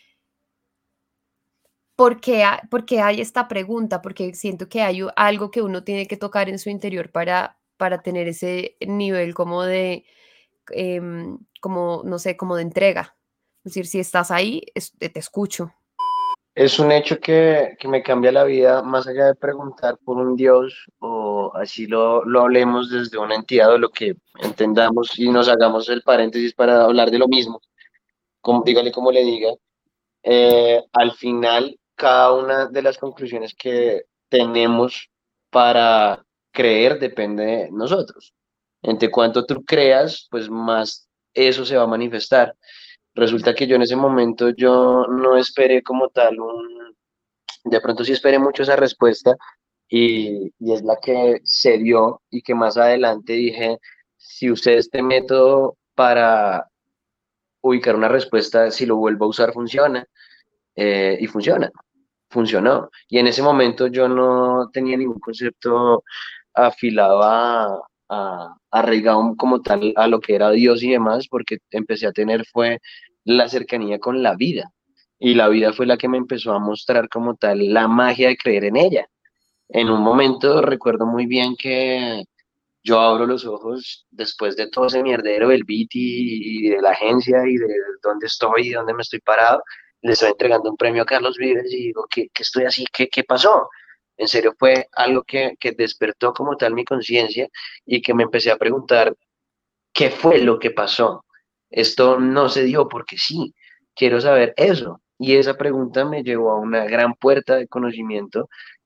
por qué hay esta pregunta? Porque siento que hay algo que uno tiene que tocar en su interior para tener ese nivel como de, como, no sé, como de entrega. Es decir, si estás ahí, te escucho. Es un hecho que me cambia la vida, más allá de preguntar por un Dios o así lo hablemos desde una entidad o lo que entendamos y nos hagamos el paréntesis para hablar de lo mismo, como, dígale como le diga. Al final, cada una de las conclusiones que tenemos para creer depende de nosotros. Entre cuanto tú creas, pues más eso se va a manifestar. Resulta que yo en ese momento yo no esperé como tal de pronto sí esperé mucho esa respuesta y es la que se dio y que más adelante dije, si usé este método para ubicar una respuesta, si lo vuelvo a usar funciona y funciona, funcionó. Y en ese momento yo no tenía ningún concepto afilado arraigado como tal a lo que era Dios y demás, porque empecé a tener fue la cercanía con la vida. Y la vida fue la que me empezó a mostrar como tal la magia de creer en ella. En un momento recuerdo muy bien que yo abro los ojos después de todo ese mierdero del beat y de la agencia y de dónde estoy y dónde me estoy parado. Le estoy entregando un premio a Carlos Vives y digo, ¿qué estoy así? ¿Qué pasó? En serio, fue algo que despertó como tal mi conciencia y que me empecé a preguntar, ¿qué fue lo que pasó? Esto no se dio porque sí. quiero saber eso. Y esa pregunta me llevó a una gran puerta de conocimiento,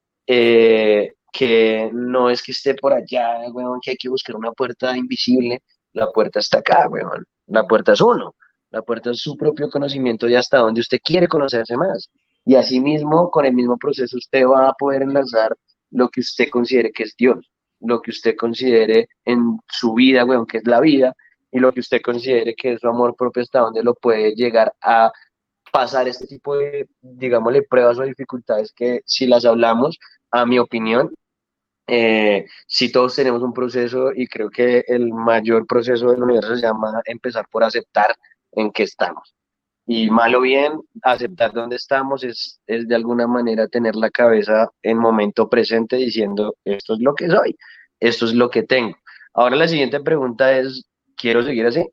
que no es que esté por allá, weón, que hay que buscar una puerta invisible. La puerta está acá, weón. La puerta es uno. La puerta es su propio conocimiento y hasta donde usted quiere conocerse más. Y asimismo, con el mismo proceso, usted va a poder enlazar lo que usted considere que es Dios, lo que usted considere en su vida, weón, que es la vida, y lo que usted considere que es su amor propio, hasta donde lo puede llegar a pasar este tipo de, digámosle, pruebas o dificultades que, si las hablamos, a mi opinión, si todos tenemos un proceso, y creo que el mayor proceso del universo se llama empezar por aceptar en qué estamos. Y mal o bien, aceptar dónde estamos es de alguna manera tener la cabeza en momento presente diciendo, esto es lo que soy, esto es lo que tengo. Ahora la siguiente pregunta es, ¿quiero seguir así?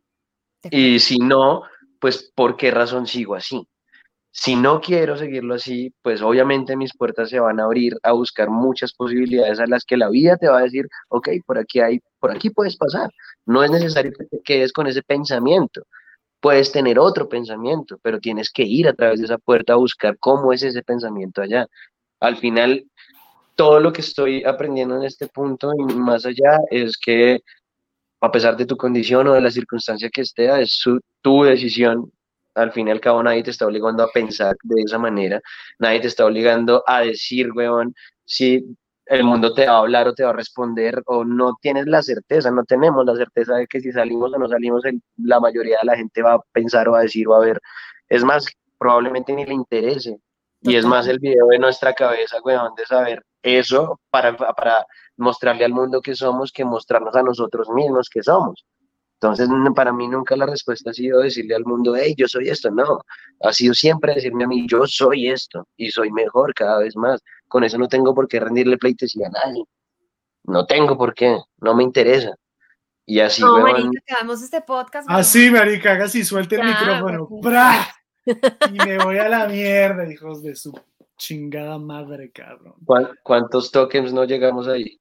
Y si no, pues ¿por qué razón sigo así? Si no quiero seguirlo así, pues obviamente mis puertas se van a abrir a buscar muchas posibilidades a las que la vida te va a decir, ok, por aquí puedes pasar. No es necesario que te quedes con ese pensamiento. Puedes tener otro pensamiento, pero tienes que ir a través de esa puerta a buscar cómo es ese pensamiento allá. Al final, todo lo que estoy aprendiendo en este punto y más allá es que, a pesar de tu condición o de la circunstancia que esté, es tu decisión. Al fin y al cabo, nadie te está obligando a pensar de esa manera, nadie te está obligando a decir, weón, si el mundo te va a hablar o te va a responder, o no tienes la certeza, no tenemos la certeza de que si salimos o no salimos, la mayoría de la gente va a pensar o va a decir o a ver. Es más, probablemente ni le interese. Y es más el video de nuestra cabeza, weón, de saber eso para mostrarle al mundo que somos, que mostrarnos a nosotros mismos que somos. Entonces, para mí nunca la respuesta ha sido decirle al mundo, hey, yo soy esto, no. Ha sido siempre decirme a mí, yo soy esto y soy mejor cada vez más. Con eso no tengo por qué rendirle pleitesía a nadie. No tengo por qué, no me interesa. Y así, no, weón. marica, acabamos este podcast. Así, marica, haga así, suelte el micrófono. ¡Pra! Y me voy a la mierda, hijos de su chingada madre, cabrón. ¿Cuántos tokens no llegamos ahí?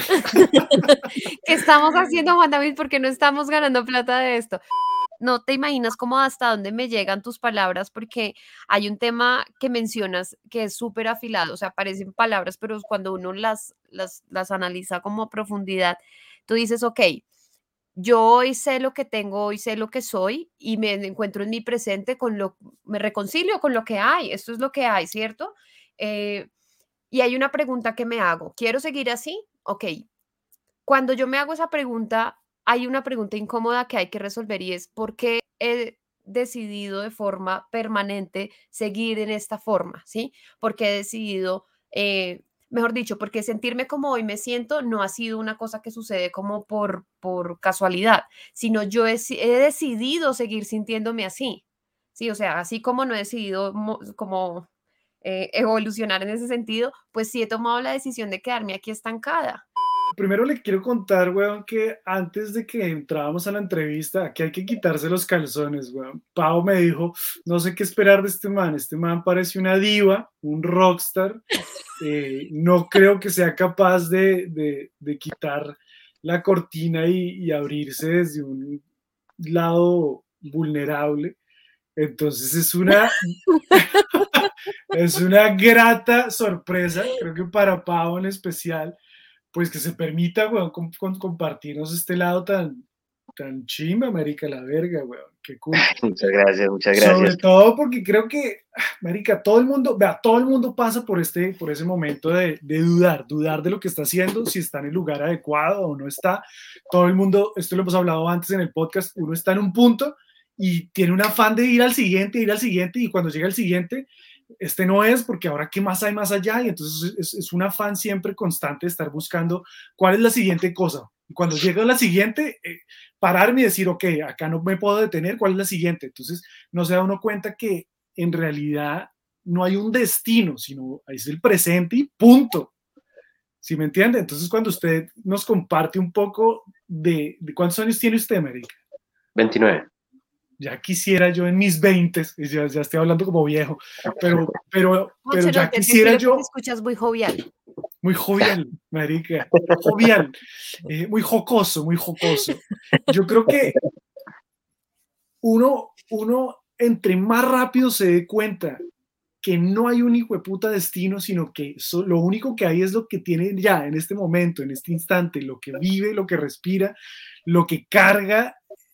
¿Qué estamos haciendo, Juan David? Porque no estamos ganando plata de esto. No te imaginas cómo hasta dónde me llegan tus palabras, porque hay un tema que mencionas que es súper afilado, o sea, parecen palabras, pero cuando uno las analiza como a profundidad, tú dices, ok, yo hoy sé lo que tengo, hoy sé lo que soy y me encuentro en mi presente me reconcilio con lo que hay, esto es lo que hay, ¿cierto? Y hay una pregunta que me hago, ¿quiero seguir así? Ok, cuando yo me hago esa pregunta, hay una pregunta incómoda que hay que resolver y es ¿por qué he decidido de forma permanente seguir en esta forma? ¿Sí? Porque he decidido, mejor dicho, porque sentirme como hoy me siento no ha sido una cosa que sucede como por casualidad, sino yo he decidido seguir sintiéndome así. Sí, o sea, así como no he decidido como evolucionar en ese sentido, pues sí he tomado la decisión de quedarme aquí estancada. Primero le quiero contar, weón, que antes de que entrábamos a la entrevista, aquí hay que quitarse los calzones, weón. Pau me dijo, no sé qué esperar de este man parece una diva, un rockstar, no creo que sea capaz de quitar la cortina y abrirse desde un lado vulnerable. Entonces es una grata sorpresa, creo que para Pau en especial, pues que se permita, weón, compartirnos este lado tan chimba, marica, la verga, weón, qué cool. Muchas gracias. Sobre todo porque creo que, marica, todo el mundo pasa por ese momento de dudar de lo que está haciendo, si está en el lugar adecuado o no está. Todo el mundo, esto lo hemos hablado antes en el podcast, uno está en un punto y tiene un afán de ir al siguiente, y cuando llega el siguiente, este no es, porque ahora qué más hay más allá, y entonces es un afán siempre constante de estar buscando cuál es la siguiente cosa, y cuando llega la siguiente, pararme y decir, ok, acá no me puedo detener, ¿cuál es la siguiente? Entonces no se da uno cuenta que en realidad no hay un destino, sino es el presente y punto. ¿Sí me entiende? Entonces cuando usted nos comparte un poco de ¿cuántos años tiene usted, marica? 29. Ya quisiera yo en mis 20s, ya estoy hablando como viejo, pero ya quisiera yo... Te escuchas muy jovial. Muy jovial, marica, jovial, muy jocoso. Yo creo que uno entre más rápido se dé cuenta que no hay un hijo de puta destino, sino que lo único que hay es lo que tiene ya en este momento, en este instante, lo que vive, lo que respira, lo que carga,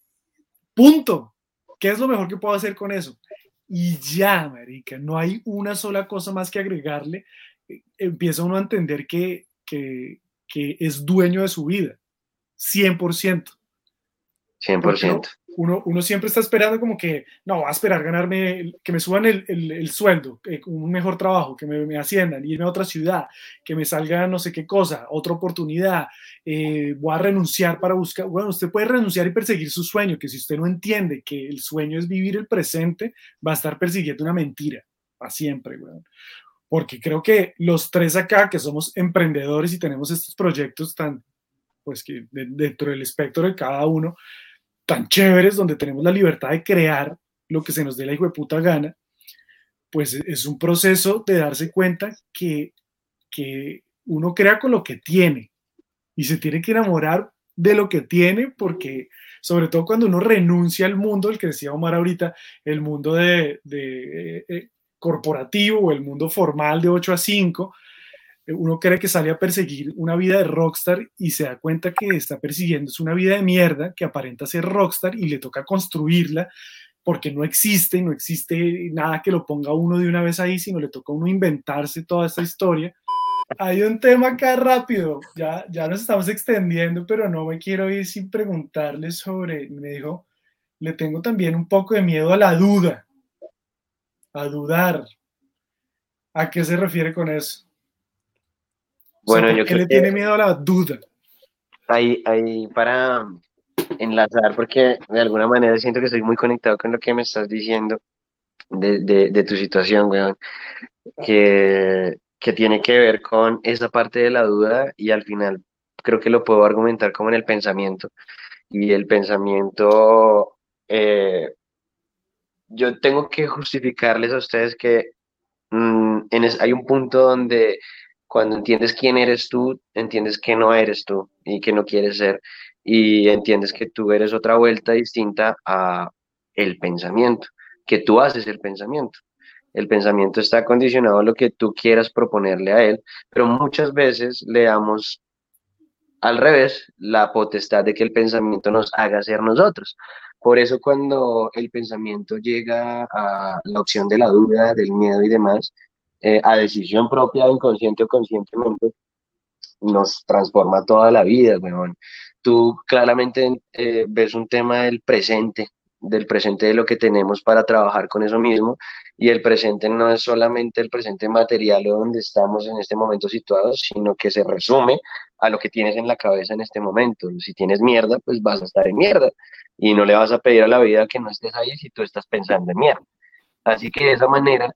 punto. ¿Qué es lo mejor que puedo hacer con eso? Y ya, marica, no hay una sola cosa más que agregarle. Empieza uno a entender que es dueño de su vida, 100%. 100%. Uno siempre está esperando como que, no, voy a esperar ganarme, que me suban el sueldo, un mejor trabajo, que me asciendan, irme a otra ciudad, que me salga no sé qué cosa, otra oportunidad, voy a renunciar para buscar. Bueno, usted puede renunciar y perseguir su sueño, que si usted no entiende que el sueño es vivir el presente, va a estar persiguiendo una mentira, para siempre, güey. Porque creo que los tres acá, que somos emprendedores y tenemos estos proyectos tan, pues que dentro del espectro de cada uno, tan chéveres, donde tenemos la libertad de crear lo que se nos dé la hijueputa gana, pues es un proceso de darse cuenta que uno crea con lo que tiene y se tiene que enamorar de lo que tiene, porque sobre todo cuando uno renuncia al mundo, el que decía Omar ahorita, el mundo de corporativo o el mundo formal de 8 a 5, uno cree que sale a perseguir una vida de rockstar y se da cuenta que está persiguiendo es una vida de mierda que aparenta ser rockstar y le toca construirla porque no existe nada que lo ponga uno de una vez ahí, sino le toca a uno inventarse toda esta historia. Hay un tema acá rápido, ya nos estamos extendiendo, pero no me quiero ir sin preguntarle sobre, me dijo, le tengo también un poco de miedo a la duda, a dudar. ¿A qué se refiere con eso? Bueno, ¿Por qué le tiene miedo a la duda? Ahí para enlazar, porque de alguna manera siento que estoy muy conectado con lo que me estás diciendo de tu situación, weón, que tiene que ver con esa parte de la duda y al final creo que lo puedo argumentar como en el pensamiento. Y el pensamiento, yo tengo que justificarles a ustedes que hay un punto donde cuando entiendes quién eres tú, entiendes que no eres tú y que no quieres ser, y entiendes que tú eres otra vuelta distinta a el pensamiento, que tú haces el pensamiento. El pensamiento está condicionado a lo que tú quieras proponerle a él, pero muchas veces le damos al revés la potestad de que el pensamiento nos haga ser nosotros. Por eso cuando el pensamiento llega a la opción de la duda, del miedo y demás, a decisión propia, inconsciente o conscientemente, nos transforma toda la vida, weón. Tú claramente ves un tema del presente de lo que tenemos para trabajar con eso mismo, y el presente no es solamente el presente material o donde estamos en este momento situados, sino que se resume a lo que tienes en la cabeza en este momento. Si tienes mierda, pues vas a estar en mierda, y no le vas a pedir a la vida que no estés ahí si tú estás pensando en mierda. Así que de esa manera,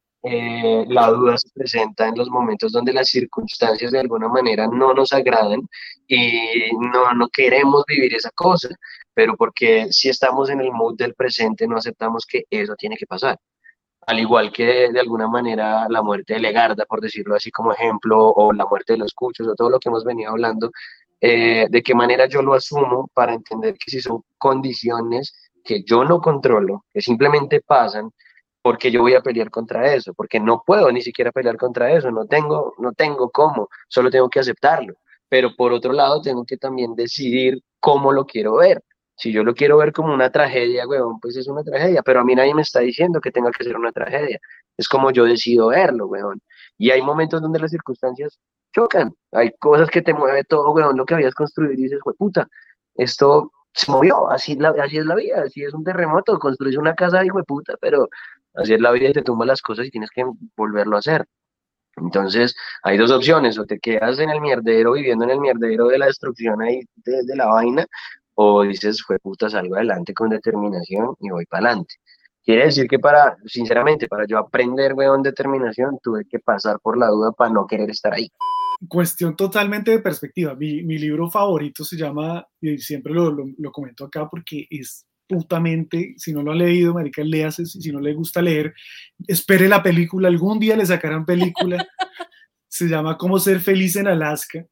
la duda se presenta en los momentos donde las circunstancias de alguna manera no nos agradan y no queremos vivir esa cosa, pero porque si estamos en el mood del presente no aceptamos que eso tiene que pasar. Al igual que de alguna manera la muerte de Legarda, por decirlo así como ejemplo, o la muerte de los cuchos, o todo lo que hemos venido hablando, de qué manera yo lo asumo para entender que si son condiciones que yo no controlo, que simplemente pasan, porque yo voy a pelear contra eso, porque no puedo ni siquiera pelear contra eso, no tengo cómo, solo tengo que aceptarlo. Pero por otro lado, tengo que también decidir cómo lo quiero ver. Si yo lo quiero ver como una tragedia, weón, pues es una tragedia, pero a mí nadie me está diciendo que tenga que ser una tragedia. Es como yo decido verlo, weón. Y hay momentos donde las circunstancias chocan, hay cosas que te mueve todo, weón, lo que habías construido y dices, puta, esto se movió, así es la vida, así es un terremoto, construís una casa, hijo de puta, pero así es la vida y te tumba las cosas y tienes que volverlo a hacer. Entonces, hay dos opciones: o te quedas en el mierdero, viviendo en el mierdero de la destrucción ahí de la vaina, o dices, fue puta, salgo adelante con determinación y voy para adelante. Quiere decir que sinceramente, para yo aprender, weón, determinación, tuve que pasar por la duda para no querer estar ahí. Cuestión totalmente de perspectiva. Mi libro favorito se llama, y siempre lo comento acá porque es putamente, si no lo ha leído, marica, léase. Si no le gusta leer, espere la película, algún día le sacarán película. Se llama Cómo ser feliz en Alaska,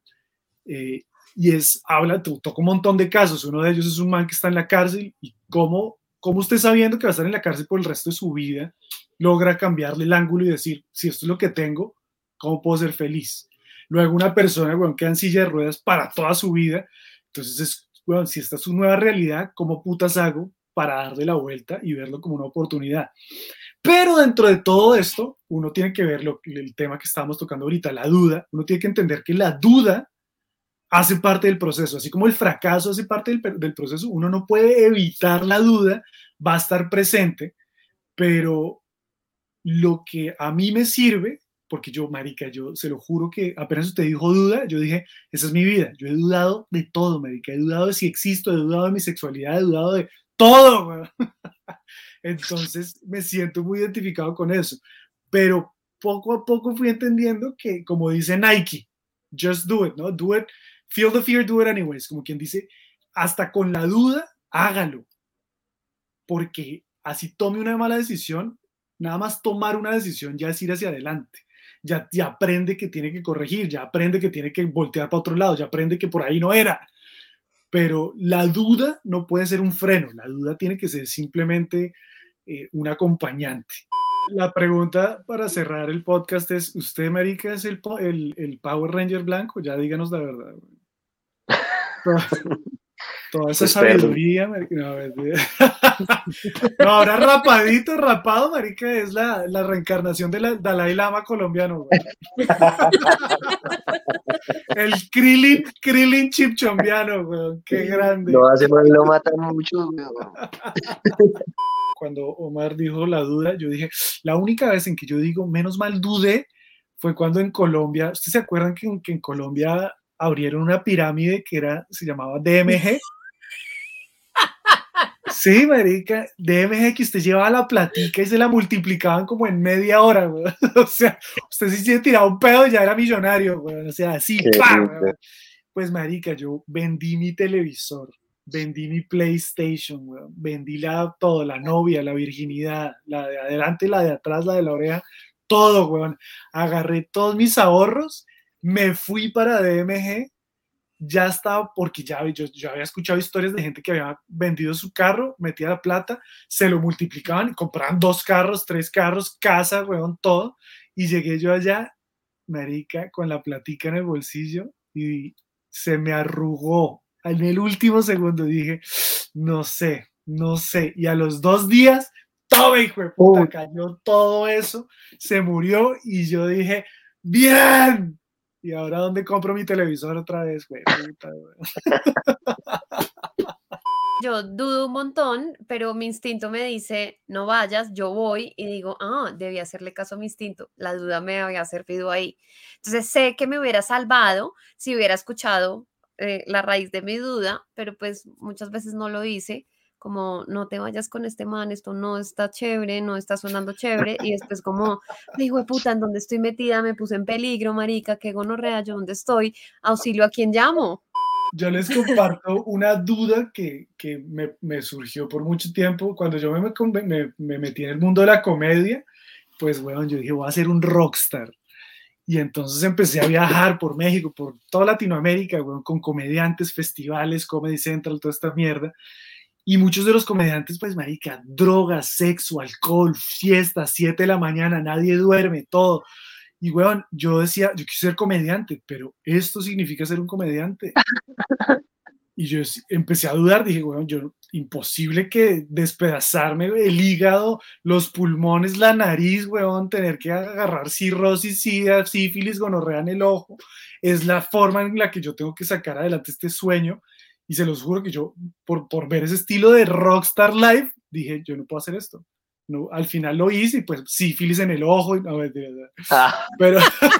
y toca un montón de casos. Uno de ellos es un man que está en la cárcel y cómo ¿cómo usted, sabiendo que va a estar en la cárcel por el resto de su vida, logra cambiarle el ángulo y decir, si esto es lo que tengo, ¿cómo puedo ser feliz? Luego una persona, weón, queda en silla de ruedas para toda su vida. Entonces, weón, si esta es su nueva realidad, ¿cómo putas hago para darle la vuelta y verlo como una oportunidad? Pero dentro de todo esto, uno tiene que ver el tema que estábamos tocando ahorita, la duda. Uno tiene que entender que la duda hace parte del proceso, así como el fracaso hace parte del proceso. Uno no puede evitar la duda, va a estar presente, pero lo que a mí me sirve, porque yo, marica, yo se lo juro que apenas usted dijo duda, yo dije, esa es mi vida. Yo he dudado de todo, marica. He dudado de si existo, he dudado de mi sexualidad, he dudado de todo, weón. Entonces me siento muy identificado con eso. Pero poco a poco fui entendiendo que, como dice Nike, just do it, ¿no? Do it, feel the fear, do it anyways. Como quien dice, hasta con la duda, hágalo. Porque así tome una mala decisión, nada más tomar una decisión ya es ir hacia adelante. Ya aprende que tiene que corregir, ya aprende que tiene que voltear para otro lado, ya aprende que por ahí no era. Pero la duda no puede ser un freno, la duda tiene que ser simplemente un acompañante. La pregunta para cerrar el podcast es, ¿usted, marica, es el Power Ranger blanco? Ya díganos la verdad. Toda esa sabiduría, marica. No, ahora rapado, marica, es la reencarnación del Dalai Lama colombiano. El Krillin chipchombiano, weón. Qué grande. Lo matan mucho, weón. Cuando Omar dijo la duda, yo dije, la única vez en que yo digo, menos mal dudé, fue cuando en Colombia, ¿ustedes se acuerdan que en Colombia abrieron una pirámide que se llamaba DMG? Sí, marica, DMG, que usted llevaba la platica y se la multiplicaban como en media hora, weón. O sea, usted si se tiraba un pedo ya era millonario, weón. O sea, así, ¡pam! Pues, marica, yo vendí mi televisor, vendí mi PlayStation, weón. Vendí todo, la novia, la virginidad, la de adelante, la de atrás, la de la oreja, todo, weón. Agarré todos mis ahorros, me fui para DMG. Ya estaba, porque yo había escuchado historias de gente que había vendido su carro, metía la plata, se lo multiplicaban y compraban 2 carros, 3 carros, casa, weón, todo. Y llegué yo allá, marica, con la platica en el bolsillo y se me arrugó. En el último segundo dije, no sé. Y a los 2 días, todo, hijo de puta, cayó todo eso, se murió y yo dije, ¡bien! ¿Y ahora dónde compro mi televisor otra vez, güey? Puta, güey. Yo dudo un montón, pero mi instinto me dice, no vayas, yo voy y digo, debí hacerle caso a mi instinto, la duda me había servido ahí. Entonces sé que me hubiera salvado si hubiera escuchado la raíz de mi duda, pero pues muchas veces no lo hice, como no te vayas con este man, esto no está chévere, no está sonando chévere, y después como, hijo de puta, ¿en dónde estoy metida? Me puse en peligro, marica, qué gonorrea, ¿yo dónde estoy? Auxilio, ¿a quién llamo? Yo les comparto una duda que me surgió por mucho tiempo. Cuando yo me metí en el mundo de la comedia, pues, bueno, yo dije, voy a ser un rockstar. Y entonces empecé a viajar por México, por toda Latinoamérica, bueno, con comediantes, festivales, Comedy Central, toda esta mierda. Y muchos de los comediantes, pues, marica, drogas, sexo, alcohol, fiestas, 7 de la mañana, nadie duerme, todo. Y, weón, yo decía, yo quiero ser comediante, pero esto significa ser un comediante. Y yo empecé a dudar, dije, weón, imposible que despedazarme el hígado, los pulmones, la nariz, weón, tener que agarrar cirrosis, sida, sífilis, gonorrea en el ojo. Es la forma en la que yo tengo que sacar adelante este sueño. Y se los juro que yo, por ver ese estilo de Rockstar Life, dije, yo no puedo hacer esto. No, al final lo hice y pues sífilis en el ojo. Y, no, pero,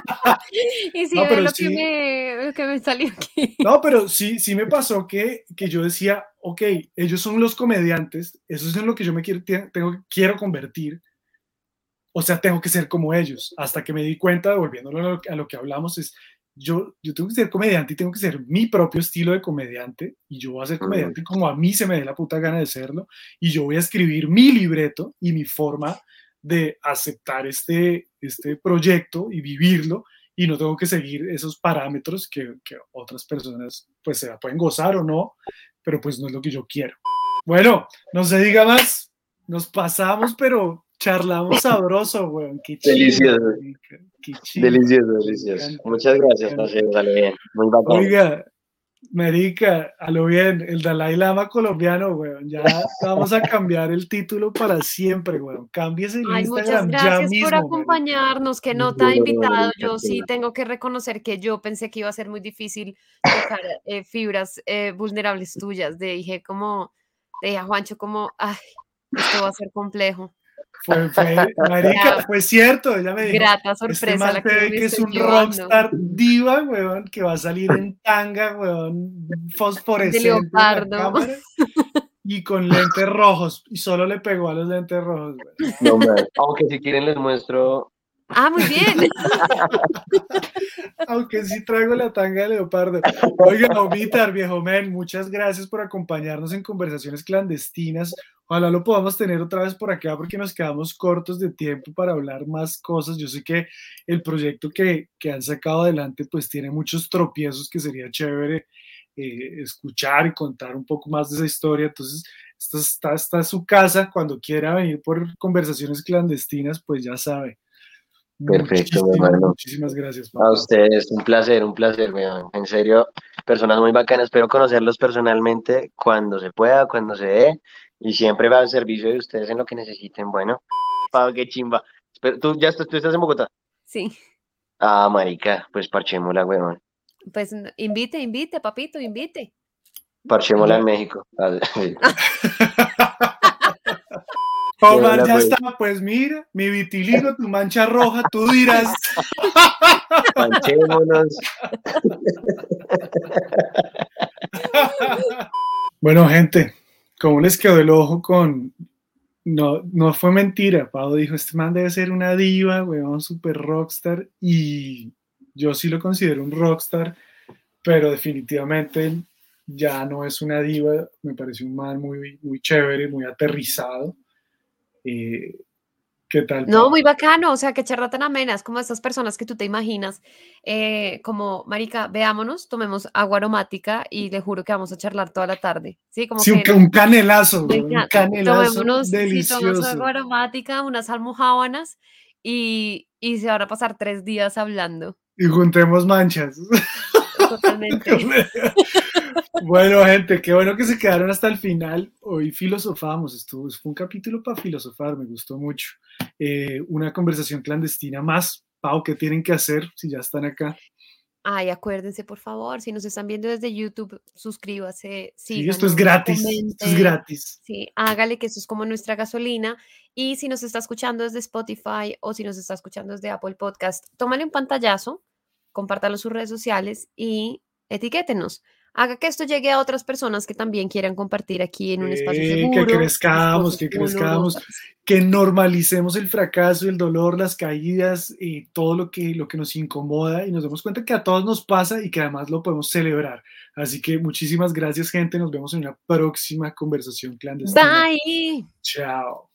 y si no, pero lo sí, que me salió aquí. No, pero sí me pasó que yo decía, ok, ellos son los comediantes, eso es en lo que yo quiero convertir. O sea, tengo que ser como ellos. Hasta que me di cuenta, volviéndolo a lo que hablamos, es yo tengo que ser comediante y tengo que ser mi propio estilo de comediante y yo voy a ser comediante como a mí se me dé la puta gana de serlo y yo voy a escribir mi libreto y mi forma de aceptar este proyecto y vivirlo y no tengo que seguir esos parámetros que otras personas pues se la pueden gozar o no, pero pues no es lo que yo quiero. Bueno, no se diga más. Nos pasamos, pero charlamos sabroso, weón. Qué chido. Delicioso. Muchas gracias, Marcelo. Sale bien. Muy bacán. Oiga, marica, a lo bien, el Dalai Lama colombiano, weón. Ya vamos a cambiar el título para siempre, weón. Cámbiese el Instagram muchas ya gracias mismo. por acompañarnos. Qué nota invitado. Yo sí tengo que reconocer que yo pensé que iba a ser muy difícil tocar fibras vulnerables tuyas. Dije a Juancho como, ay, esto va a ser complejo. Marica, fue cierto, ella me dijo, grata sorpresa la que es un rockstar diva, weón, que va a salir en tanga, weón, fosforescente de leopardo. en la cámara, y con lentes rojos, y solo le pegó a los lentes rojos, weón. No, man. Aunque si quieren les muestro. Muy bien. Aunque sí traigo la tanga de leopardo. Oiga, Omitar, viejo men, muchas gracias por acompañarnos en Conversaciones Clandestinas. Ojalá lo podamos tener otra vez por acá porque nos quedamos cortos de tiempo para hablar más cosas. Yo sé que el proyecto que han sacado adelante pues tiene muchos tropiezos que sería chévere escuchar y contar un poco más de esa historia. Entonces, esta es su casa. Cuando quiera venir por Conversaciones Clandestinas, pues ya sabe. Perfecto, muchísimas gracias, papá. A ustedes, un placer, weón. En serio, personas muy bacanas. Espero conocerlos personalmente cuando se pueda, cuando se dé. Y siempre va al servicio de ustedes en lo que necesiten. Bueno, Pau, qué chimba. ¿Tú estás en Bogotá? Sí. Marica, pues parchémosla, weón. Pues invite, papito, invite. Parchémosla en México. Omar, ya pues. Está, pues mira, mi vitiligo, tu mancha roja, tú dirás. Manchémonos. Bueno, gente, ¿cómo les quedó el ojo con...? No fue mentira, Pau dijo, este man debe ser una diva, weón, super rockstar, y yo sí lo considero un rockstar, pero definitivamente ya no es una diva, me pareció un man muy, muy chévere, muy aterrizado. ¿Qué tal? No, muy bacano, o sea, qué charla tan amena, es como esas personas que tú te imaginas, como, marica, veámonos, tomemos agua aromática y le juro que vamos a charlar toda la tarde, ¿sí? Como sí, que un canelazo, un canelazo tomémonos, delicioso. Sí, tomamos agua aromática, unas almojábanas y se van a pasar 3 días hablando. Y juntemos manchas. Totalmente. Bueno, gente, qué bueno que se quedaron hasta el final. Hoy filosofamos, fue un capítulo para filosofar, me gustó mucho. Una conversación clandestina más. Pau, ¿qué tienen que hacer si ya están acá? Acuérdense, por favor, si nos están viendo desde YouTube, suscríbase. Sí, esto es gratis. Esto es gratis. Sí, hágale que esto es como nuestra gasolina. Y si nos está escuchando desde Spotify o si nos está escuchando desde Apple Podcast, tómale un pantallazo, compártalo en sus redes sociales y etiquétenos. Haga que esto llegue a otras personas que también quieran compartir aquí en un espacio seguro. Que crezcamos, que normalicemos el fracaso, el dolor, las caídas, todo lo que nos incomoda y nos demos cuenta que a todos nos pasa y que además lo podemos celebrar. Así que muchísimas gracias, gente. Nos vemos en una próxima conversación clandestina. Bye. Chao.